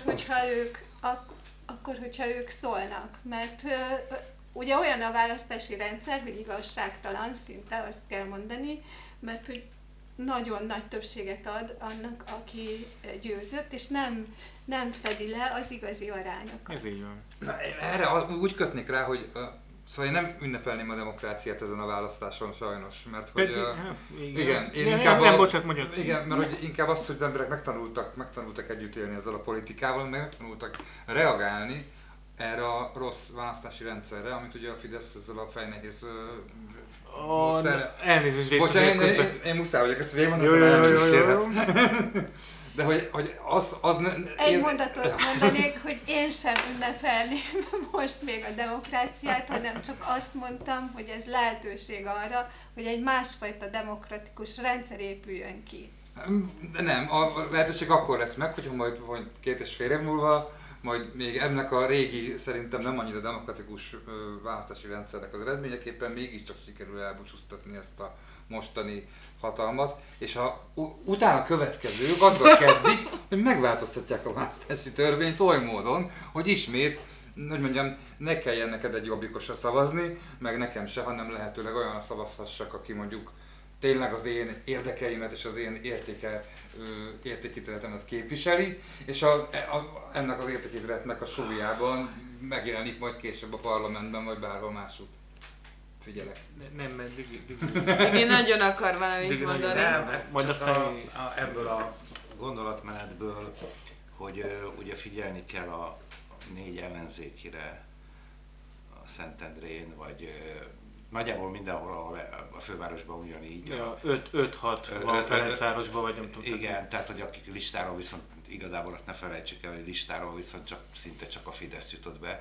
hogyha ők szólnak. Mert ugye olyan a választási rendszer, hogy igazságtalan szinte, azt kell mondani, mert hogy nagyon nagy többséget ad annak, aki győzött, és nem fedi le az igazi arányokat. Ez így van. Na, én erre úgy kötnék rá, hogy szóval én nem ünnepelném a demokráciát ezen a választáson sajnos, mert hogy... igen, én inkább bocsánat, mondjad. Igen, mert hogy inkább azt, hogy az emberek megtanultak együtt élni ezzel a politikával, megtanultak reagálni erre a rossz választási rendszerre, amit ugye a Fidesz ezzel a fejnehéz módszer... Elnézést, bocsánat, én muszáj vagyok ezt végigmondani, elnézést kérhetsz. De hogy az Egy mondatot mondanék, hogy én sem ünnepelném most még a demokráciát, hanem csak azt mondtam, hogy ez lehetőség arra, hogy egy másfajta demokratikus rendszer épüljön ki. De nem, a lehetőség akkor lesz meg, hogyha majd 2,5 év múlva, majd még ennek a régi, szerintem nem annyira demokratikus választási rendszernek az eredményeképpen mégiscsak sikerül elbúcsúztatni ezt a mostani hatalmat, és utána következők azzal kezdik, hogy megváltoztatják a választási törvényt oly módon, hogy ismét, hogy mondjam, ne kelljen neked egy jobbikosra szavazni, meg nekem se, hanem lehetőleg olyan szavazhassak, aki mondjuk tényleg az én érdekeimet és az én értékítéletemet képviseli, és ennek az értékítéletnek a súlyában megjelenik majd később a parlamentben, vagy bárhol máshogy. Figyelek. Nem, mert Én nagyon akar valamit mondani. Nem, hát majd csak aztán... ebből a gondolatmenetből, hogy ugye figyelni kell a 4 ellenzékire a Szentendrén, vagy nagyjából mindenhol, ahol a fővárosban ugyanígy. Ja, 5-6 van Ferencvárosban, vagy nem tudom. Igen, tehát hogy akik listáról viszont igazából azt ne felejtsük el, hogy listáról viszont szinte csak a Fidesz jutott be,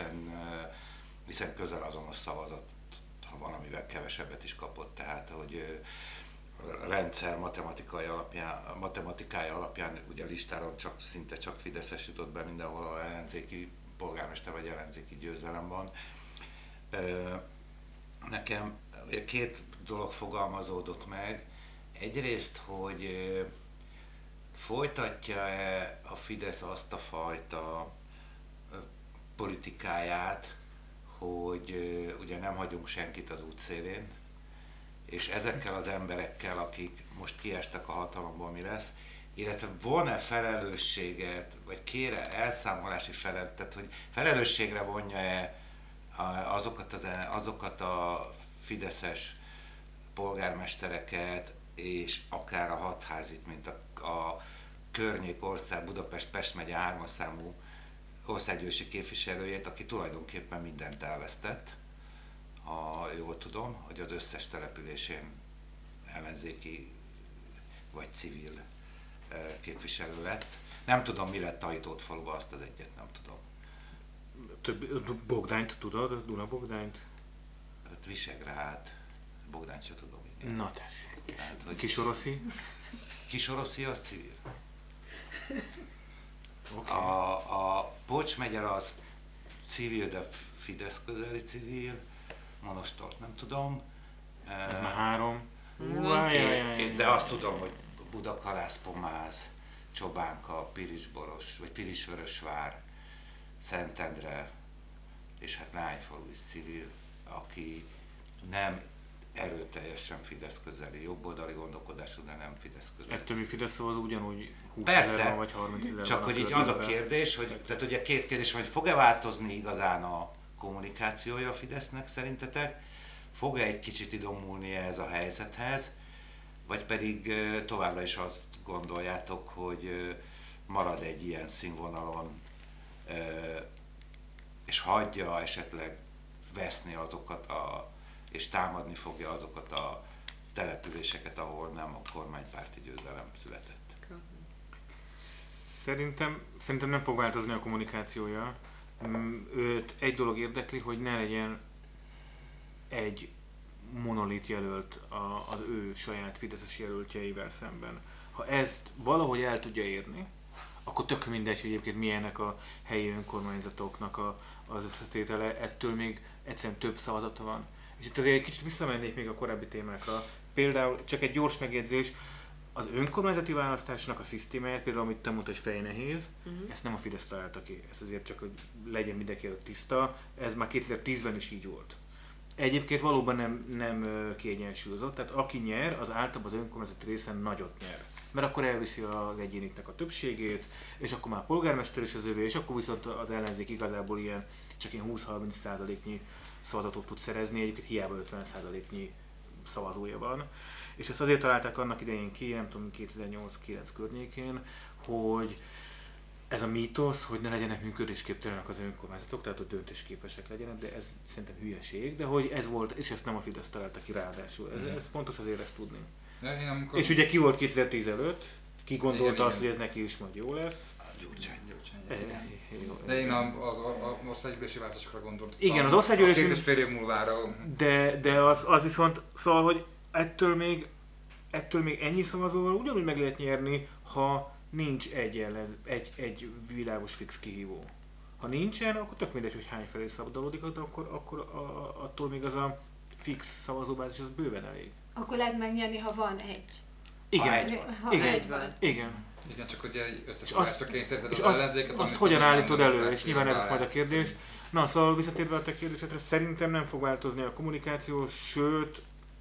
hiszen közel azonos szavazat, ha valamivel kevesebbet is kapott, tehát hogy a rendszer matematikája alapján ugye listáról szinte csak Fideszes jutott be mindenhol, ahol ellenzéki polgármester vagy ellenzéki győzelem van. Nekem 2 dolog fogalmazódott meg. Egyrészt, hogy folytatja-e a Fidesz azt a fajta politikáját, hogy ugye nem hagyunk senkit az útszélén, és ezekkel az emberekkel, akik most kiestek a hatalomból, mi lesz, illetve van-e felelősséget, vagy kére elszámolási tehát hogy felelősségre vonja-e azokat a fideszes polgármestereket, és akár a Hatházit, mint a környék ország, Budapest, Pest megye 3-as számú országgyűlési képviselőjét, aki tulajdonképpen mindent elvesztett, ha jól tudom, hogy az összes településén ellenzéki vagy civil képviselő lett. Nem tudom, mi lett Tahitótfaluban, azt az egyet nem tudom. Bogdányt tudod? Duna Bogdányt? Visegrád, Bogdányt se tudom. Igen. Na tessék. Hát, Kisoroszi? Kisoroszi az civil. Okay. A Pocs megye az civil, de Fidesz közeli civil. Monostort nem tudom. Ez már 3. De azt tudom, hogy Budakalász, Pomáz, Csobánka, Pilisboros, vagy Pilisvörösvár, Szentendre, és hát Nájfalu is civil, aki nem erőteljesen Fidesz közeli, jobboldali gondolkodású, de nem Fidesz közeli. Ettől mi Fidesz szavaz ugyanúgy 20 persze, 000 vagy 30 000. csak hogy így az a kérdés, hogy, tehát ugye 2 kérdés, hogy fog-e változni igazán a kommunikációja a Fidesznek szerintetek, fog-e egy kicsit idomulni ez a helyzethez, vagy pedig továbbra is azt gondoljátok, hogy marad egy ilyen színvonalon, és hagyja esetleg veszni azokat és támadni fogja azokat a településeket, ahol nem a kormánypárti győzelem született. Szerintem nem fog változni a kommunikációja, őt egy dolog érdekli, hogy ne legyen egy monolit jelölt az ő saját fideszes jelöltjeivel szemben. Ha ezt valahogy el tudja érni, akkor tök mindegy, hogy egyébként milyenek a helyi önkormányzatoknak az összetétele, ettől még egyszerűen több szavazata van. És itt azért egy kicsit visszamennék még a korábbi témákra. Például csak egy gyors megjegyzés, az önkormányzati választásnak a szisztémáját, például amit te mondtad, hogy fejnehéz, ezt nem a Fidesz találta ki. Ez azért csak, hogy legyen mindenki előtt tiszta, ez már 2010-ben is így volt. Egyébként valóban nem kiegyensúlyozott, tehát aki nyer, az általában az önkormányzati részen nagyot nyer. Mert akkor elviszi az egyéniknek a többségét, és akkor már polgármester is az övé, és akkor viszont az ellenzék igazából csak ilyen 20-30%-nyi szavazatot tud szerezni, egyébként hiába 50%-nyi szavazója van. És ezt azért találták annak idején ki, nem tudom, 2008-9 környékén, hogy ez a mítosz, hogy ne legyenek működésképtelenek az önkormányzatok, tehát hogy döntésképesek legyenek, de ez szerintem hülyeség, de hogy ez volt, és ezt nem a Fidesz találta ki ráadásul. Ez fontos azért ezt tudni. És ugye ki volt 2010 előtt, ki gondolta azt, hogy ez neki is majd jó lesz. Gyurcsány. De én az országgyűlési választásokra gondoltam. Igen, az országgyűlési... 2,5 év múlvára. De az viszont, szóval, hogy ettől még ennyi szavazóval ugyanúgy meg lehet nyerni, ha nincs egy világos fix kihívó. Ha nincsen, akkor tök mindegy, hogy hány felé szabadulódik, akkor attól még az a fix szavazóbázis az bőven elég. Akkor lehet megnyerni, ha van egy. Igen. Ha egy van. Igen, csak ugye összefogásra kényszeríted az ellenzéket. Azt hogyan állítod elő, és nyilván ez majd a kérdés. Na, szóval visszatérve a te kérdésedre, szerintem nem fog változni a kommunikáció, sőt,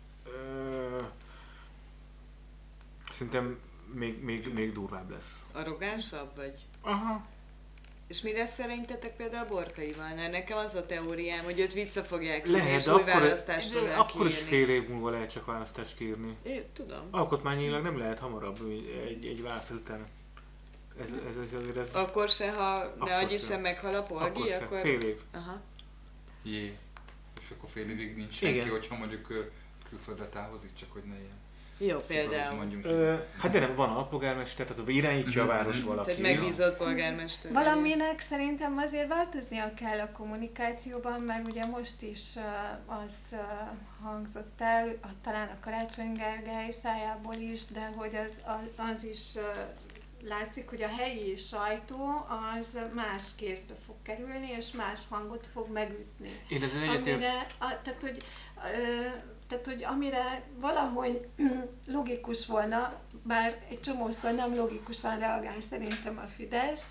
szerintem még durvább lesz. Arrogánsabb vagy? Aha. És mi lesz szerintetek például Borkaival? Nekem az a teóriám, hogy őt vissza fogják írni, lehet, és új választást fogják akkor is kiírni. fél év múlva lehet csak választást kiírni. Én tudom. Alkotmányilag nem lehet hamarabb egy választás után. Ez Akkor se, ha ne adj se. Isten meghal a polgi, akkor... Fél év. Aha. Jé. És akkor fél évig nincs senki, Igen. hogyha mondjuk külföldre távozik, csak hogy ne ilyen. Jó, szigorút például. mondjunk. Hát de nem, van alpolgármester, tehát irányítja a város valaki. Tehát megbízott polgármester. Valaminek szerintem azért változnia kell a kommunikációban, mert ugye most is az hangzott el, talán a Karácsony Gergely szájából is, de hogy az is látszik, hogy a helyi sajtó az más kézbe fog kerülni, és más hangot fog megütni. Én ezzel egyetértek. Tehát, hogy amire valahogy logikus volna, bár egy csomószor nem logikusan reagál szerintem a Fidesz,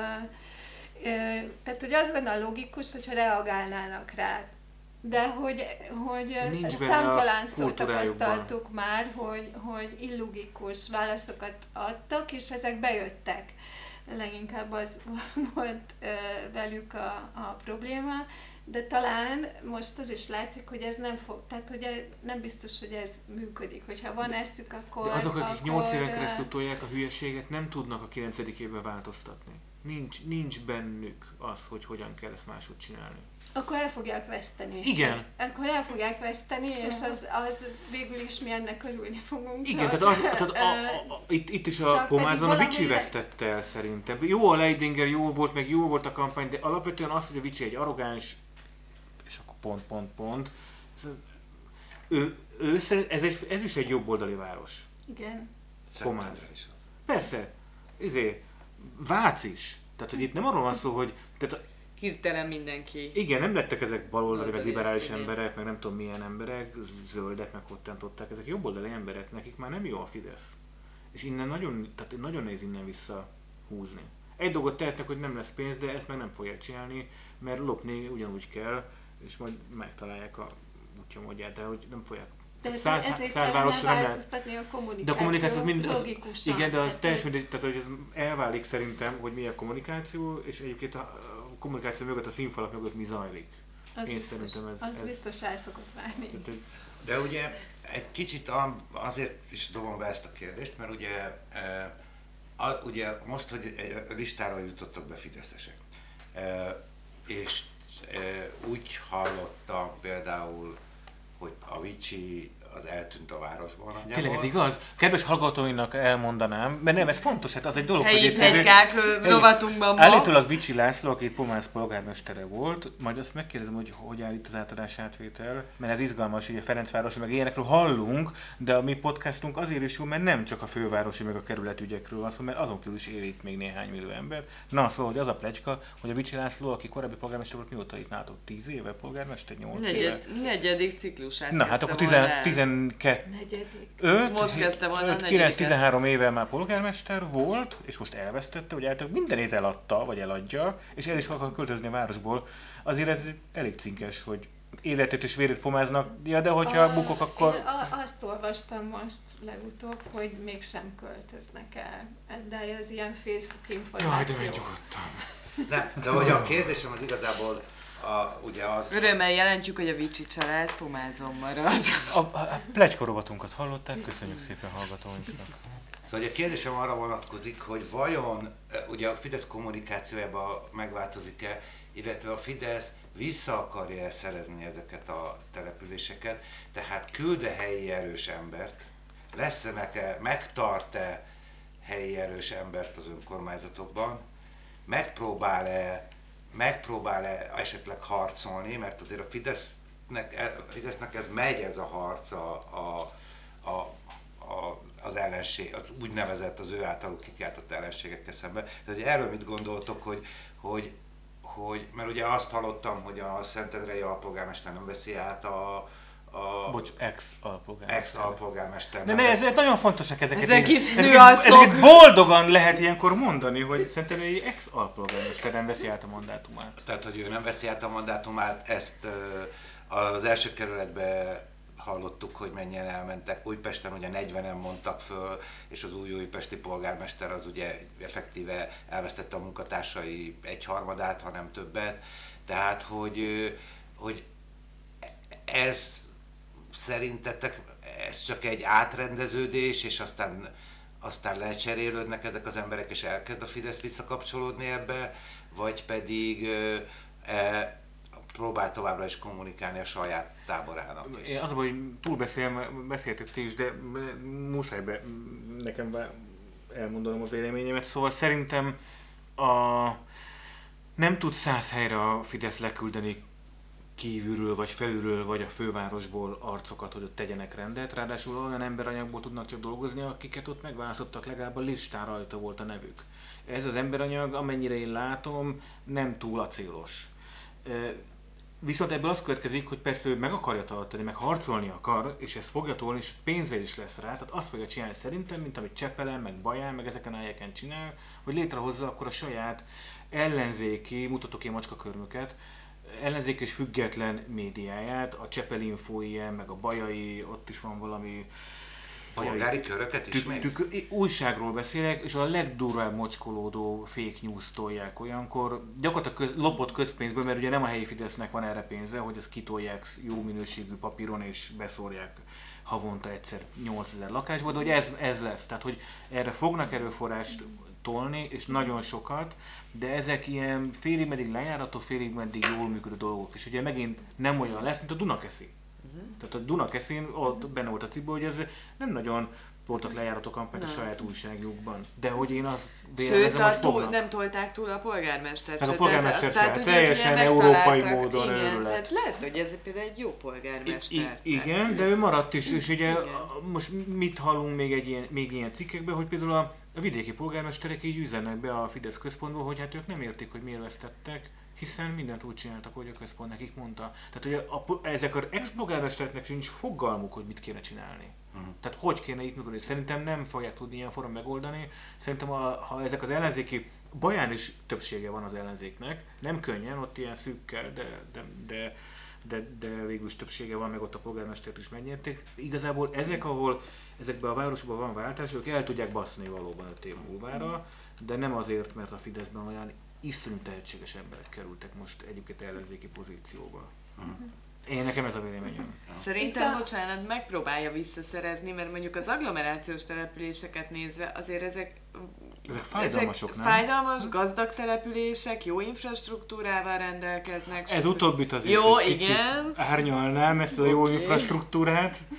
tehát, hogy az lenne logikus, hogyha reagálnának rá. De hogy számtalanszor tapasztaltuk már, hogy illogikus válaszokat adtak, és ezek bejöttek. Leginkább az volt velük a probléma, de talán most az is látszik, hogy ez nem fog, tehát hogy nem biztos, hogy ez működik. Hogyha van eszük, akkor... De azok, akik 8 éven keresztül tolják a hülyeséget, nem tudnak a 9. évben változtatni. Nincs bennük az, hogy hogyan kell ezt máshogy csinálni. Akkor el fogják veszteni. Igen. Akkor el fogják veszteni, és az végül is mi ennek örülni fogunk. Igen, itt is a Pomázon a Vicsi vesztette el szerintem. Jó a Leidinger, jó volt, meg jó volt a kampány, de alapvetően az, hogy a Vicsi egy arrogáns, és akkor pont. Ez is egy jobboldali város. Igen. Pomáz. Persze. Vác is. Tehát, hogy itt nem arról van szó, hogy... Hirtelen mindenki. Igen, nem lettek ezek baloldali, meg liberális emberek, meg nem tudom milyen emberek, zöldek, meg hottentották, ezek jobboldali emberek, nekik már nem jó a Fidesz. És innen nagyon nehéz innen visszahúzni. Egy dolgot tehetnek, hogy nem lesz pénz, de ezt meg nem fogják csinálni, mert lopni ugyanúgy kell, és majd megtalálják a útja módját, de hogy nem fogják. De ezért kellene változtatni a kommunikációt, de a kommunikáció mind logikusan. Igen, de az teljes mindegy, tehát hogy ez elválik szerintem, hogy mi a kommunikáció, és egyébként a kommunikáció mögött, a színfalak mögött mi zajlik. Az biztos el szokott várni. De ugye egy kicsit azért is dobom be ezt a kérdést, mert ugye most, hogy listára jutottak be fideszesek, és úgy hallottam például, hogy a Vicsi az eltűnt a városból nagyjából. Tényleg ez igaz? Kedves hallgatóinak elmondanám, mert nem, ez fontos, hát az egy dolog, Helyi hogy pletykák rovatunkban ma. állítólag Vicsi László, aki itt Pomász polgármestere volt, majd azt megkérdezem, hogy áll itt az átadás átvétel, mert ez izgalmas, ugye Ferencvárosi, meg ilyenekről hallunk, de a mi podcastunk azért is jó, mert nem csak a fővárosi, meg a kerületügyekről van szó, mert azon kívül is él itt még néhány millió ember. Na, szóval, hogy az a pletyka, hogy a Vicsi László, aki korábbi polgármester volt, mióta itt nálatok? 10 éve polgármester? 8 éve? Negyedik ciklusát Na, hát akkor 12 Negyedik. Most kezdte volna a 9-13 éve már polgármester volt, és most elvesztette, hogy általában mindenét eladta, vagy eladja, és el is akar költözni a városból. Azért ez elég cinkes, hogy életét és vérét pomáznak, ja, de hogyha bukok, akkor... Én azt olvastam most legutóbb, hogy mégsem költöznek el. De az ilyen Facebook információ. Jaj, de menj nyugodtan. Nem, de hogy a kérdésem az igazából ugye az... Örömmel jelentjük, hogy a Vicsi család Pomázon marad. A pletykorovatunkat hallották, köszönjük szépen hallgatóinknak. Szóval a kérdésem arra vonatkozik, hogy vajon ugye a Fidesz kommunikációjában megváltozik-e, illetve a Fidesz vissza akarja szerezni ezeket a településeket, tehát küld-e helyi erős embert, megtart-e helyi erős embert az önkormányzatokban, megpróbál-e esetleg harcolni, mert azért a Fidesznek ez megy ez a harc az ellenség, az úgynevezett az ő általuk kikiáltott ellenségekkel szemben. Tehát erről mit gondoltok, hogy mert ugye azt hallottam, hogy a Szentendrei alpolgármester nem veszi át ex-alpolgármester. De ez nagyon fontosak ezeket. Ezek is nüanszok. Ezeket boldogan lehet ilyenkor mondani, hogy Szentendrei ex-alpolgármester nem veszi át a mandátumát. Tehát, hogy ő nem veszi át a mandátumát, ezt az első kerületben hallottuk, hogy mennyien elmentek. Újpesten ugye 40-en mondtak föl, és az új újpesti polgármester az ugye effektíve elvesztette a munkatársai 1/3, hanem többet. Tehát, hogy ez szerintetek ez csak egy átrendeződés, és aztán lecserélődnek ezek az emberek, és elkezd a Fidesz visszakapcsolódni ebbe, vagy pedig próbál továbbra is kommunikálni a saját táborának is. Az, hogy beszéltek ti is, de muszáj nekem elmondanom a véleményemet, szóval szerintem nem tud 100 helyre a Fidesz leküldeni kívülről, vagy felülről, vagy a fővárosból arcokat, hogy ott tegyenek rendet, ráadásul olyan emberanyagból tudnak csak dolgozni, akiket ott megválasztottak, legalább a listán rajta volt a nevük. Ez az emberanyag, amennyire én látom, nem túl acélos. Viszont ebből az következik, hogy persze ő meg akarja tartani, meg harcolni akar, és ezt fogja tolni, és pénze is lesz rá, tehát azt fogja csinálni szerintem, mint amit Csepelen, meg Baján, meg ezeken a helyeken csinál, hogy létrehozza akkor a saját ellenzéki, mutatok ilyen macskakörmöket, ellenzéki és független médiáját, a Csepel Info ilyen, meg a Bajai, ott is van valami... Polgári köröket is még? Újságról beszélek, és a legdurvább mocskolódó fake news tolják olyankor, gyakorlatilag lopott közpénzből, mert ugye nem a helyi Fidesznek van erre pénze, hogy ezt kitolják jó minőségű papíron, és beszórják havonta egyszer 8000 lakásba, de hogy ez lesz, tehát hogy erre fognak erőforrást tolni, és nagyon sokat, de ezek ilyen félig meddig lejárató, félig meddig jól működő dolgok, és ugye megint nem olyan lesz, mint a Dunakeszi. Tehát a Dunakeszin ott benne volt a cikkben, hogy ez nem nagyon voltak lejárató kampányt a saját újságjukban. De hogy én az vélemezem, hogy fognak. Nem tolták túl a polgármestert. Hát a polgármester tehát teljesen európai módon igen, tehát lehet, hogy ez például egy jó polgármester. Igen, de ő maradt is, és ugye most mit hallunk még ilyen cikkekben, hogy például a vidéki polgármesterek így üzennek be a Fidesz központból, hogy hát ők nem értik, hogy miért vesztettek, hiszen mindent úgy csináltak, hogy a központ nekik mondta. Tehát ugye ezek az ex-polgármestereknek sincs fogalmuk, hogy mit kéne csinálni. Tehát hogy kéne itt működni. Szerintem nem fogják tudni ilyen formán megoldani. Szerintem ha ezek az ellenzéki, Baján is többsége van az ellenzéknek, nem könnyen, ott ilyen szűkkel, de végül is többsége van, meg ott a polgármestert is megnyerték. Igazából ahol ezekben a városokban van váltás, ők el tudják baszni valóban 5 év múlvára, de nem azért, mert a Fideszben olyan iszonyú tehetséges emberek kerültek most egyébként ellenzéki pozícióba. Én nekem ez a véleményem. Szerintem, bocsánat, megpróbálja visszaszerezni, mert mondjuk az agglomerációs településeket nézve azért ezek fájdalmasok, nem? Fájdalmas, gazdag települések, jó infrastruktúrával rendelkeznek. Ez utóbbit azért jó, egy kicsit árnyalnám ezt a jó infrastruktúrát.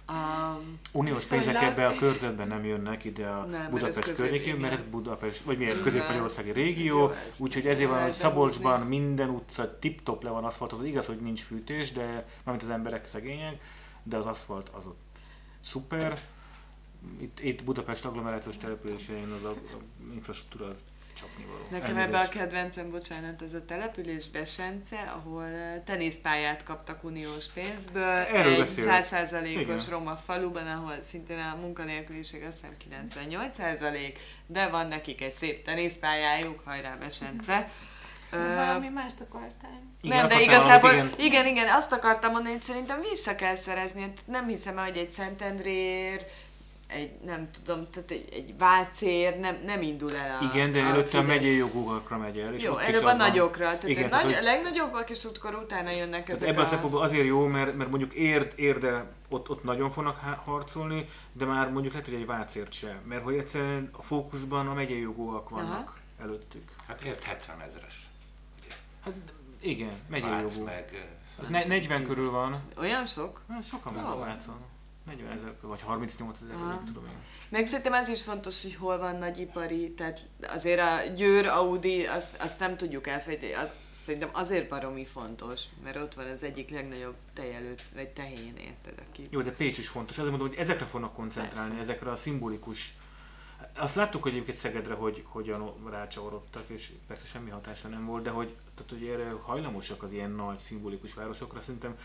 Uniós pénzek ebbe a körzetben nem jönnek ide a Budapest környékén, mert ez Budapest, vagy mi ez közép-magyarországi régió, úgyhogy ezért van, hogy Szabolcsban minden utca tip-top le van aszfaltozva, az igaz, hogy nincs fűtés, de mármint az emberek szegények, de az aszfalt az ott szuper. Itt Budapest agglomerációs településein az a infrastruktúra az csapnivaló. Nekem ebben a kedvencem, bocsánat, az a település Besence, ahol teniszpályát kaptak uniós pénzből, erről egy 100%-os roma faluban, ahol szintén a munkanélküliség azt hiszem 98%, de van nekik egy szép teniszpályájuk, hajrá Besence. Valami mást akartál. Nem, de igazából, igen, azt akartam mondani, hogy szerintem vissza kell szerezni. Nem hiszem, hogy egy Szentendrér, nem tudom, tehát egy Vácér nem indul el a igen, de előtte a megyei jogokra megy el. És jó, előbb a nagyokra. Tehát a legnagyobbak, és utkor utána jönnek ezek ebben a szempontból azért jó, mert mondjuk érde ott nagyon fognak harcolni, de már mondjuk lehet, hogy egy Vácért sem. Mert hogy egyszerűen a fókuszban a megyei jogok vannak előttük. Hát ért 70 000-es. Hát igen, megyei jogok. meg... Az 40 körül van. Olyan sok? Sokan vannak Vácon. 40 000 vagy 38 000, nem tudom én. Meg szerintem az is fontos, hogy hol van nagyipari, tehát azért a Győr, Audi, azt nem tudjuk elfejteni, szerintem azért baromi fontos, mert ott van az egyik legnagyobb tejelőt, vagy tehén, érted, aki... Jó, de Pécs is fontos, azért mondom, hogy ezekre fognak koncentrálni, persze. Ezekre a szimbolikus... Azt láttuk, hogy egyébként Szegedre hogyan rácsavarodtak, és persze semmi hatása nem volt, de hogy erre hajlamosak az ilyen nagy szimbolikus városokra, szerintem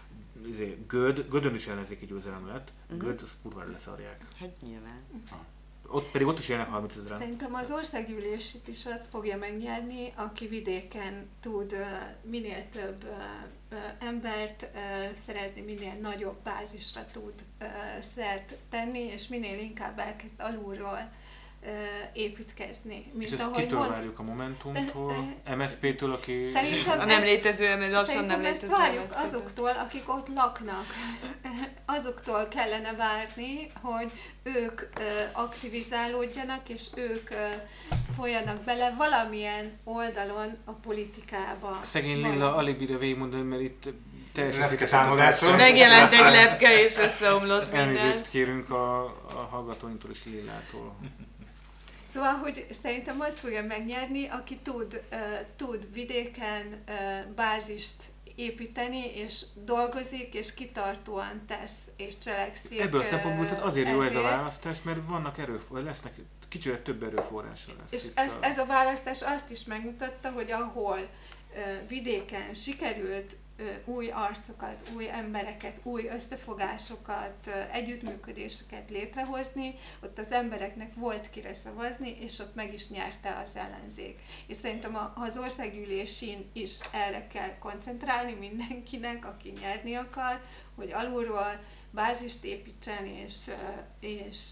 Gödön is ellenzéki győzelem lett, Göd, azt kurvára leszarják. Hát nyilván. Ott is élnek 30 000-en. Szerintem az országgyűlését is az fogja megnyerni, aki vidéken tud minél több embert szerezni, minél nagyobb bázisra tud szert tenni, és minél inkább elkezd alulról építkezni. És ezt kitől várjuk, a Momentumtól, MSZP-től, aki... A nem létező, lassan nem létező. Ezt várjuk azoktól, akik ott laknak. Azoktól kellene várni, hogy ők aktivizálódjanak, és ők folyanak bele valamilyen oldalon a politikába. Szegény Lilla alig bírja végigmondani, mert itt teljesen támadáson. Megjelent egy lepke, és összeomlott minden. Elnézést kérünk a hallgatóinktól és Lillától. Szóval, hogy szerintem azt fogja megnyerni, aki tud vidéken bázist építeni, és dolgozik, és kitartóan tesz, és cselekszik. Ebből a szempontból azért jó ez a választás, mert vannak lesznek kicsit több erőforrása lesz. És ez a választás azt is megmutatta, hogy ahol vidéken sikerült új arcokat, új embereket, új összefogásokat, együttműködéseket létrehozni, ott az embereknek volt kire szavazni, és ott meg is nyerte az ellenzék. És szerintem az országgyűlésén is erre kell koncentrálni mindenkinek, aki nyerni akar, hogy alulról bázist építsen, és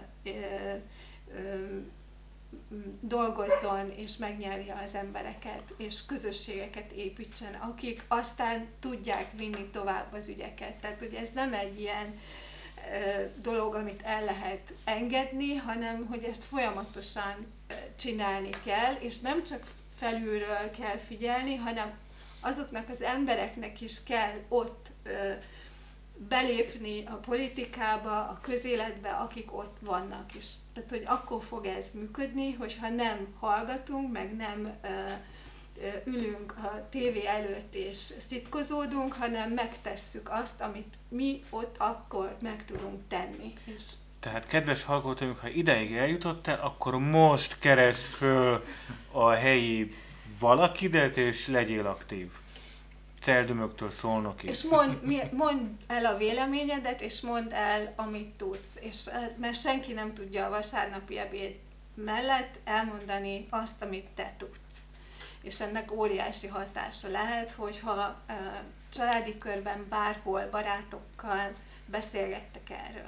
dolgozzon, és megnyerje az embereket, és közösségeket építsen, akik aztán tudják vinni tovább az ügyeket. Tehát, hogy ez nem egy ilyen dolog, amit el lehet engedni, hanem, hogy ezt folyamatosan csinálni kell, és nem csak felülről kell figyelni, hanem azoknak az embereknek is kell ott belépni a politikába, a közéletbe, akik ott vannak is. Tehát, hogy akkor fog ez működni, hogyha nem hallgatunk, meg nem ülünk a tévé előtt és szitkozódunk, hanem megtesszük azt, amit mi ott akkor meg tudunk tenni. Tehát, kedves hallgatóink, ha ideig eljutottál, akkor most keresd föl a helyi valakidet, és legyél aktív. Celdömöktől Szolnokig. És mondd el a véleményedet, és mondd el, amit tudsz. Mert senki nem tudja a vasárnapi ebéd mellett elmondani azt, amit te tudsz. És ennek óriási hatása lehet, hogyha családi körben, bárhol, barátokkal beszélgettek erről.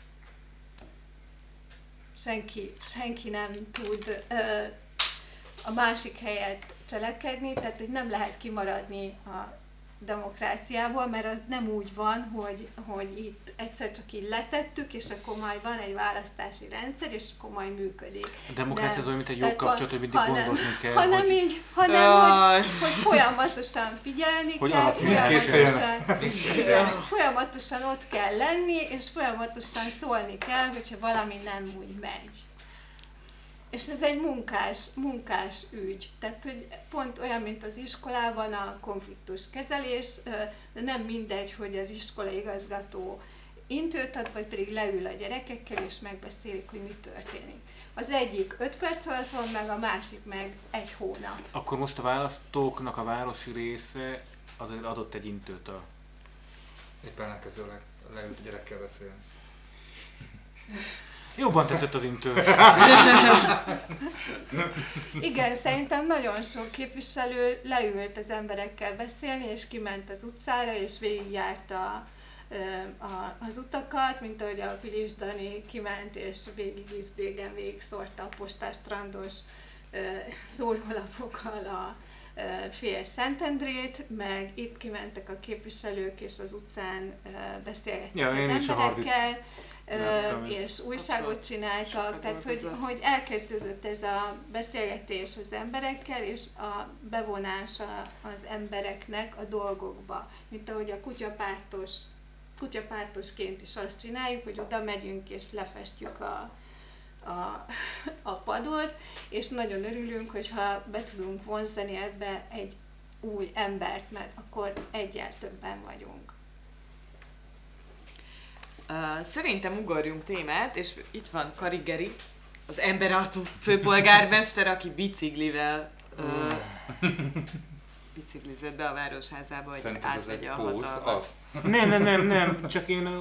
Senki nem tud a másik helyet cselekedni, tehát hogy nem lehet kimaradni a demokráciából, mert az nem úgy van, hogy itt egyszer csak így letettük, és akkor majd van egy választási rendszer, és akkor majd működik. A demokrácia az olyan, mint egy Tehát jogkapcsolat, hogy mindig gondozni kell, hanem hogy... így, hogy folyamatosan figyelni Hogy kell, mindkét folyamatosan ott kell lenni, és folyamatosan szólni kell, hogyha valami nem úgy megy. És ez egy munkás ügy. Tehát, hogy pont olyan, mint az iskolában a konfliktuskezelés, de nem mindegy, hogy az iskola igazgató intőt ad, vagy pedig leül a gyerekekkel, és megbeszélik, hogy mi történik. Az egyik 5 perc alatt van meg, a másik meg 1 hónap. Akkor most a választóknak a városi része azért adott egy intőt a... Éppen elkezdőleg leült a gyerekkel beszélni. Jobban tetszett az intő. Igen, szerintem nagyon sok képviselő leült az emberekkel beszélni, és kiment az utcára, és végigjárta az utakat, mint ahogy a Pilis Dani kiment, és végig ízbégen végig szórta a postás strandos szórólapokkal a fél Szentendrét, meg itt kimentek a képviselők, és az utcán beszélgettek az emberekkel, és újságot csináltak, tehát hogy elkezdődött ez a beszélgetés az emberekkel, és a bevonása az embereknek a dolgokba, mint ahogy a kutyapártosként is azt csináljuk, hogy oda megyünk és lefestjük a padot, és nagyon örülünk, hogyha be tudunk vonzani ebbe egy új embert, mert akkor egyel többen vagyunk. Szerintem ugorjunk témát, és itt van Karigeri, az emberarcú főpolgármester, aki biciklivel biciklizett be a városházába, hogy átvegye a hatalmat. Nem, csak én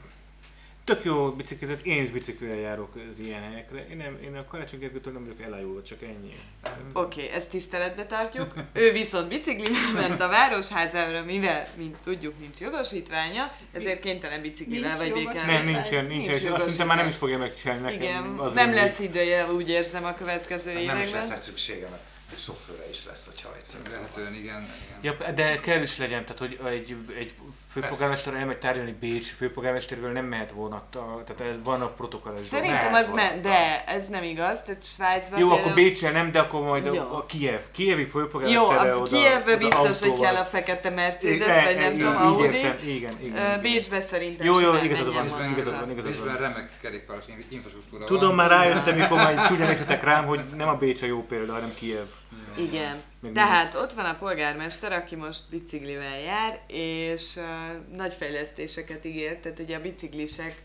tök jó biciklizett, én is biciklivel járok az ilyen helyekre. Én a Karácsony Gergőtől nem vagyok elájulva, csak ennyi. Oké, ezt tiszteletbe tartjuk. Ő viszont biciklivel ment a városházára, mivel, mint tudjuk, nincs jogosítványa, ezért kénytelen biciklivel vagy végelni. Nem, nincs. Azt hiszem már nem is fogja megcsinálni nekem. Igen, nem lesz ideje, úgy érzem, a következő években. Nem is lesz szüksége, mert sofőre is lesz, hogyha egyszerűen. Lehetően igen. Ja, de kell is legyen, tehát hogy egy főpolgármester elmegy tárgyalni Bécs főpolgármesterről, nem mehet vonattal, tehát van a protokoll. Szerintem az de ez nem igaz, tehát Svájcban jó, akkor Bécsel nem, de akkor majd a kievi főpolgármesterre jó, a Kievbe biztos, hogy kell a fekete Mercedes, vagy nem tudom, Audi. Igen. Bécsbe szerintem jó, igazad van. Bécsben remek kerékpáros infrastruktúra van. Tudom, már rájöttem, mikor majd csúnya néztetek rám, hogy nem a Bécs a jó példa, hanem Kiev. Igen. Tehát ott van a polgármester, aki most biciklivel jár, és nagy fejlesztéseket ígért, tehát ugye a biciklisek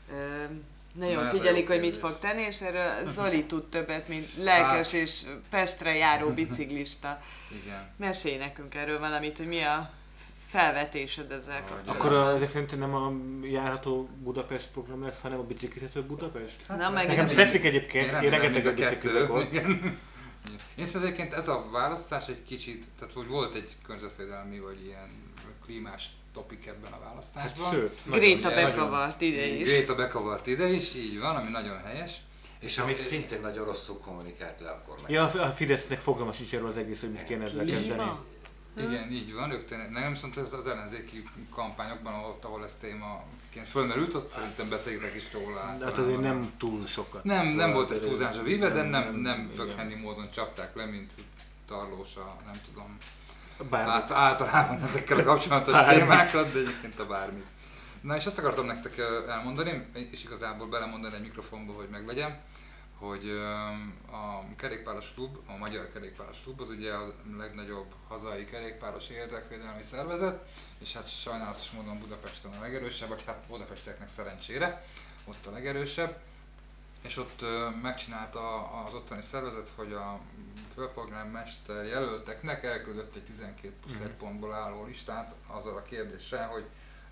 nagyon figyelik, hogy mit fog tenni, és erről Zoli tud többet, mint lelkes és Pestre járó biciklista. Igen. Mesélj nekünk erről valamit, hogy mi a felvetésed ezzel kapcsolatban. Akkor ezek szerint nem a járható Budapest program lesz, hanem a biciklizhető Budapest? Na, meg nekem tetszik egyébként, én rengeteget biciklizek ott. Én szerintem egyébként ez a választás egy kicsit, tehát hogy volt egy környezetvédelmi vagy ilyen klímás topik ebben a választásban. Hát, sőt, Gréta bekavart ide is. Gréta bekavart ide is, így van, ami nagyon helyes. És amit szintén nagyon rosszul kommunikált le akkor meg. Ja, a Fidesznek fogalma sincs erről az egész, hogy mit kéne ezzel kezdeni. Igen, így van, nem viszont az ellenzéki kampányokban, ahol ez témaként fölmerült, ott szerintem beszéltek is róla. Hát azért nem túl sokat. Nem volt ez túlzásra víve, de nem bökhendi módon csapták le, mint Tarlósa, nem tudom. Általában ezekkel a kapcsolatos témákat, de egyébként a bármit. Na és azt akartam nektek elmondani, és igazából belemondani egy mikrofonba, hogy meglegyen, hogy a kerékpáros klub, a Magyar Kerékpáros Klub az ugye a legnagyobb hazai kerékpáros érdekvédelmi szervezet, és hát sajnálatos módon Budapesten a legerősebb, vagy hát budapestieknek szerencsére, ott a legerősebb. És ott megcsinálta az ottani szervezet, hogy a főpolgármester jelölteknek elküldött egy 12+1 pontból álló listát azzal a kérdéssel, hogy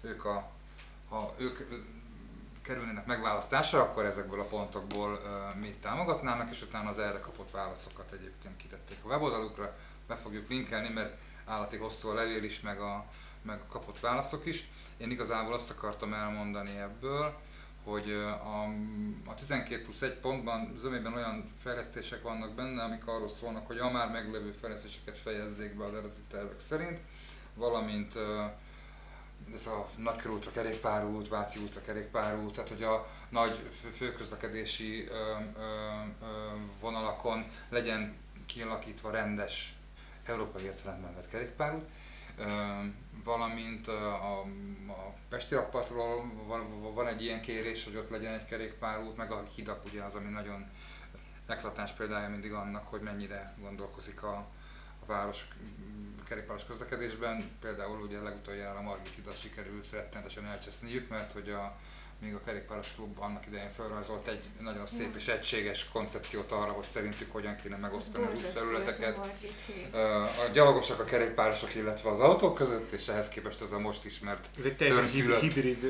ha ők kerülnének megválasztásra, akkor ezekből a pontokból mit támogatnának, és utána az erre kapott válaszokat egyébként kitették a weboldalukra, be fogjuk linkelni, mert állati hosszú a levél is, meg a kapott válaszok is. Én igazából azt akartam elmondani ebből, hogy a 12+1 pontban zömében olyan fejlesztések vannak benne, amik arról szólnak, hogy a már meglévő fejlesztéseket fejezzék be az eredeti tervek szerint, valamint ez a Nagykörútra kerékpárút, Váci útra kerékpárút, tehát hogy a nagy főközlekedési vonalakon legyen kialakítva rendes európai értelemben vett kerékpárút, valamint a Pesti rakpartról van egy ilyen kérés, hogy ott legyen egy kerékpárút, meg a hidak ugye az, ami nagyon eklatáns példája mindig annak, hogy mennyire gondolkozik a város kerékpáros közlekedésben. Például ugye legutoljára a Margit hidat sikerült rettenetesen elcseszniük, mert hogy még a kerékpáros klub annak idején felrajzolt egy nagyon szép és egységes koncepciót arra, hogy szerintük hogyan kéne megosztani az útfelületeket. A gyalogosok, a kerékpárosok, illetve az autók között, és ehhez képest ez a most ismert szörnyszülött.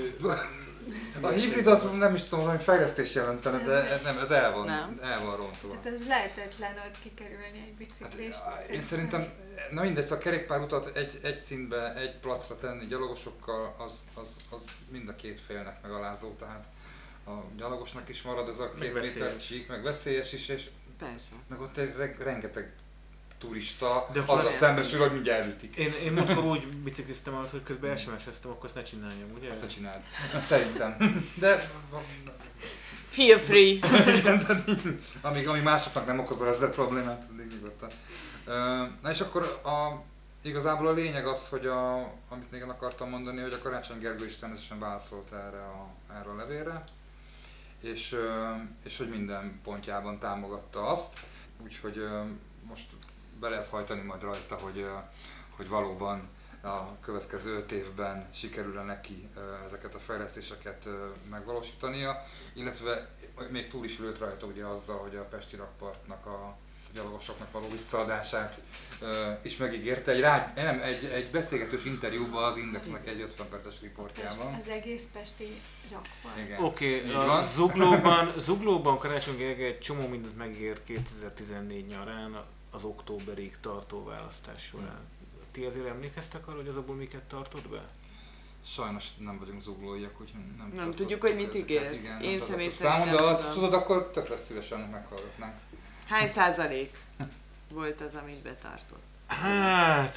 A hibrid az nem is tudom, hogy fejlesztést jelentene, de nem, ez el van rontva. Tehát ez lehetetlen ott kikerülni egy biciklist. Hát, én szerintem, na mindegy, a kerékpárutat egy szintbe, egy placra tenni gyalogosokkal, az mind a két félnek megalázó, tehát a gyalogosnak is marad ez a 2 méter csík, meg veszélyes is, és persze. meg ott rengeteg turista, azzal szembesül, hogy mindjárt elütik. Én múltkor úgy bicikliztem alatt, hogy közben SMS-eztem, akkor azt ne csináljam, ugye? Azt ne csináld. Szerintem. De... Feel free! amíg másoknak nem okozol ezzel problémát, addig nyugodtan. Na és akkor igazából a lényeg az, hogy amit még akartam mondani, hogy a Karácsony Gergő is természetesen válaszolt erre a levélre, és hogy minden pontjában támogatta azt, úgyhogy most be lehet hajtani majd rajta, hogy valóban a következő 5 évben sikerül neki ezeket a fejlesztéseket megvalósítania, illetve még túl is lőtt rajta ugye azzal, hogy a Pesti rakpartnak a gyalogosoknak való visszaadását is megígérte egy beszélgetős interjúban az Indexnek egy 50 perces riportjában. Az egész Pesti rakpart. Oké, a Zuglóban Karácsony Gergely egy csomó mindent megígért 2014 nyarán az októberig tartó választás során. Ti azért emlékeztek arra, hogy azokból miket tartott be? Sajnos nem vagyunk zuglóiak, úgyhogy nem tudjuk, hogy mit ígért. Én személy szerint nem tudom. Tudod, akkor tökre szívesen meghallgatnánk. Hány százalék volt az, amit betartott? Hát...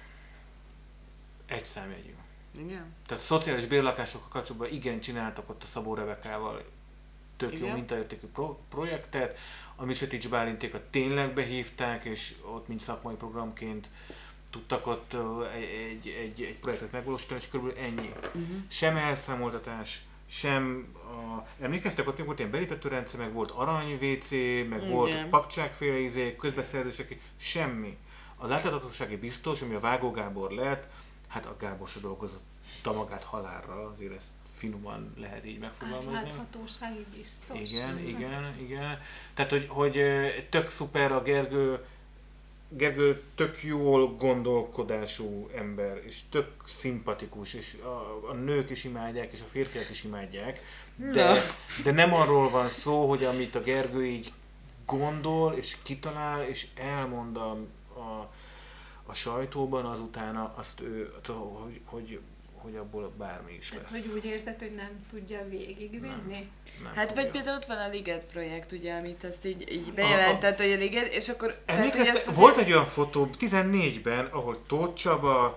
egy számjegyű. Igen? Tehát szociális bérlakásokkal kapcsolatban igen csináltak ott a Szabó Rebekával tök jó mintaértékű projektet, a Misetics Bálintékat tényleg behívták, és ott mint szakmai programként tudtak ott egy projektet megvalósítani, és körülbelül ennyi. Sem elszámoltatás, sem emlékeztek, ott még volt ilyen belítető rendszer, meg volt arany WC, meg volt papcsákféle izék, közbeszerzések, semmi. Az átláthatósági biztos, ami a Vágó Gábor lett, hát a Gábor se dolgozott magát halálra, azért ezt finoman lehet így megfogalmazni. Átláthatósági biztos. Igen. Tehát, hogy tök szuper a Gergő tök jól gondolkodású ember, és tök szimpatikus, és a nők is imádják, és a férfiak is imádják, de nem arról van szó, hogy amit a Gergő így gondol, és kitalál, és elmond a sajtóban, azutána azt ő, hogy abból bármi is lesz. Hogy úgy érzed, hogy nem tudja végigvinni? Nem hát tudja. Vagy például ott van a Liget projekt, ugye, amit azt így bejelentett, hogy a Liget, és akkor... Volt egy olyan fotó 14-ben, ahol Tóth Csaba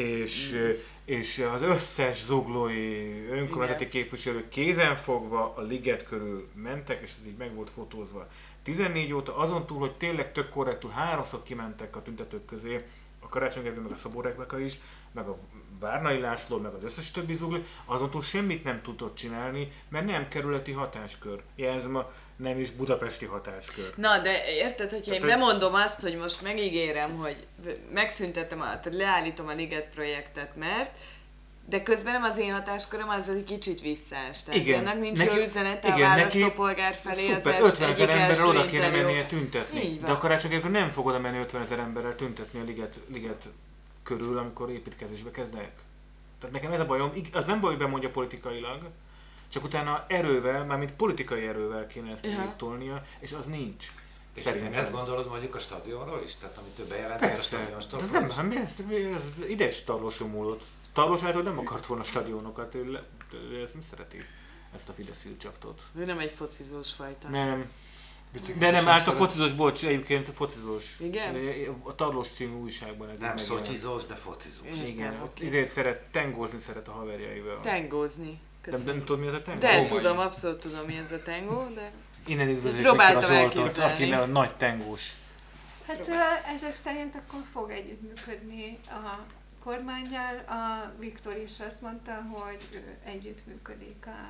és az összes zuglói önkormányzati képviselők kézenfogva a Liget körül mentek, és ez így meg volt fotózva. 14 óta azon túl, hogy tényleg tök korrektül 3-szor kimentek a tüntetők közé, a Karácsony Gergely, meg a Szabó Rebeka is, meg a Várnai László, meg az összes többi zugló, azon túl semmit nem tudott csinálni, mert nem kerületi hatáskör. Ez ma nem is budapesti hatáskör. Na, de érted, hogyha én bemondom azt, hogy most megígérem, hogy megszüntetem, tehát leállítom a Liget projektet, de közben nem az én hatásköröm, az egy kicsit visszaes. Tehát ennek nincs jó üzenete a választópolgár felé, az 50 000 emberrel oda kéne mennie tüntetni. De a Karácsony Gergely nem fog oda menni 50 000 emberrel tüntetni a Liget körül, amikor építkezésbe kezdek. Tehát nekem ez a bajom, az nem baj, hogy bemondja politikailag, csak utána erővel, mármint politikai erővel kéne ezt tolnia, és az nincs. És szerintem ezt gondolod mondjuk a stadionról is? Tehát amit ő bejelentett a stadionról is? Ez ides Tarlóson múlott. Tarlós által nem akart volna stadionokat, ő ezt nem szereti, ezt a Fidesz filcsaftot. Ő nem egy focizós fajta. Nem. De nem állt a focizós, bocs, egyébként a focizós. Igen? A Tarlós című újságban ez Nem megjelent. szotyizós, de focizós. Igen, oké. ezért tengózni szeret a haverjaival. Tengózni. Nem tudod mi az a tengó? De Római. tudom, abszolút tudom mi ez a tengó, de... Innen üdvözlők Próbáltam Viktor Zsoltot, elképzelni. aki a nagy tengós. Hát ezek szerint akkor fog együttműködni a kormánnyal. A Viktor is azt mondta, hogy ő együttműködik a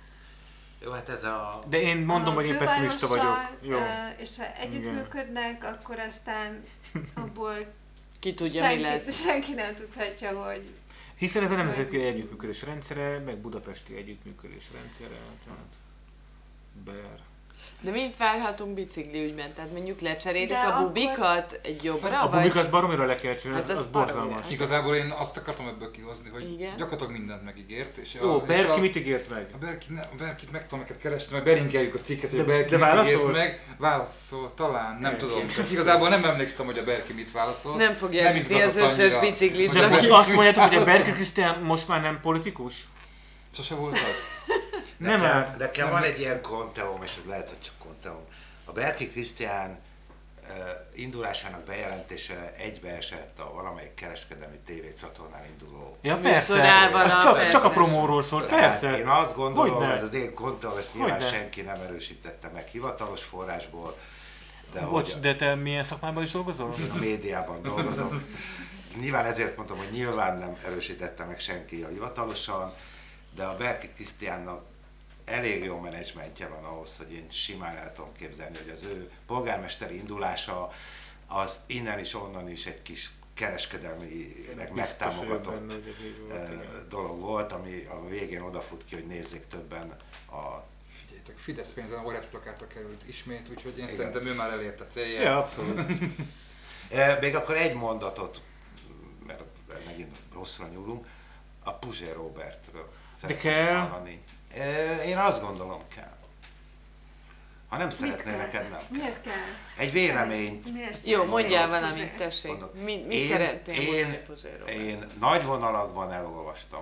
Jó, hát ez a... De én mondom, hogy én pessimista vagyok. fővárossal, Jó. És ha együttműködnek, akkor aztán abból Ki tudja, mi lesz. senki nem tudhatja, hogy Hiszen ez a nemzetközi együttműködés rendszere, meg budapesti együttműködés rendszere. Tehát Ber. De mit várhatunk bicikli ügyben? Tehát mondjuk lecserélik De a akkor- bubikat egy jobbra, A vagy... bubikat baromira le kell csinálni, Hát az az borzalmas. baromi. Igazából én azt akartam ebből kihozni, hogy Igen. gyakorlatilag mindent megígért. És Ó, és Berki mit ígért meg? A Berkit meg tudom neked keresni, mert belinkeljük a cikket, hogy De- a Berki de mit ígért válaszolt? meg. Válaszol, talán, nem Nem. tudom. Igazából nem emlékszem, hogy a Berki mit válaszolt. Nem fogja Nem elhitetni az izgatott összes annyira. biciklista. De Hogy most azt mondjátok, hogy a Berki Krisztián most már nem politikus? Sose volt az. Nem áll. Nekem van egy ilyen konteóm, és ez lehet, hogy csak konteóm. A Berki Krisztián indulásának bejelentése egybeesett a valamelyik kereskedelmi tévécsatornán induló. Ja persze, Műsorával, az csak persze. a promóról szólt, Tehát persze. én azt gondolom, Hogyne? ez az én konteóm, ezt nyilván Hogyne? senki nem erősítette meg hivatalos forrásból, de Bocs, hogy de te milyen szakmában is dolgozol? a médiában dolgozom. Nyilván ezért mondom, hogy nyilván nem erősítette meg senki a hivatalosan, de a Berki Krisztiánnak elég jó menedzsmentje van ahhoz, hogy én simán el tudom képzelni, hogy az ő polgármesteri indulása az innen is, onnan is egy kis kereskedelmileg megtámogatott dolog volt, ami a végén odafut ki, hogy nézzék többen a... Figyeljétek, a Fidesz pénzen óriás plakátra került ismét, úgyhogy én Igen. szerintem ő már elérte célját. Ja, abszolút. Még akkor egy mondatot, mert megint rosszra nyúlunk, a Puzsér Robertről szeretném kell? hallani. Én azt gondolom kell. Ha nem szeretnél, kell? neked nem. Miért kell? Egy véleményt. Miért Jó, kell? mondjál Miért? valamit, tessék. Mondok. Mit szeretnél mondani Puzséról? én nagy vonalakban elolvastam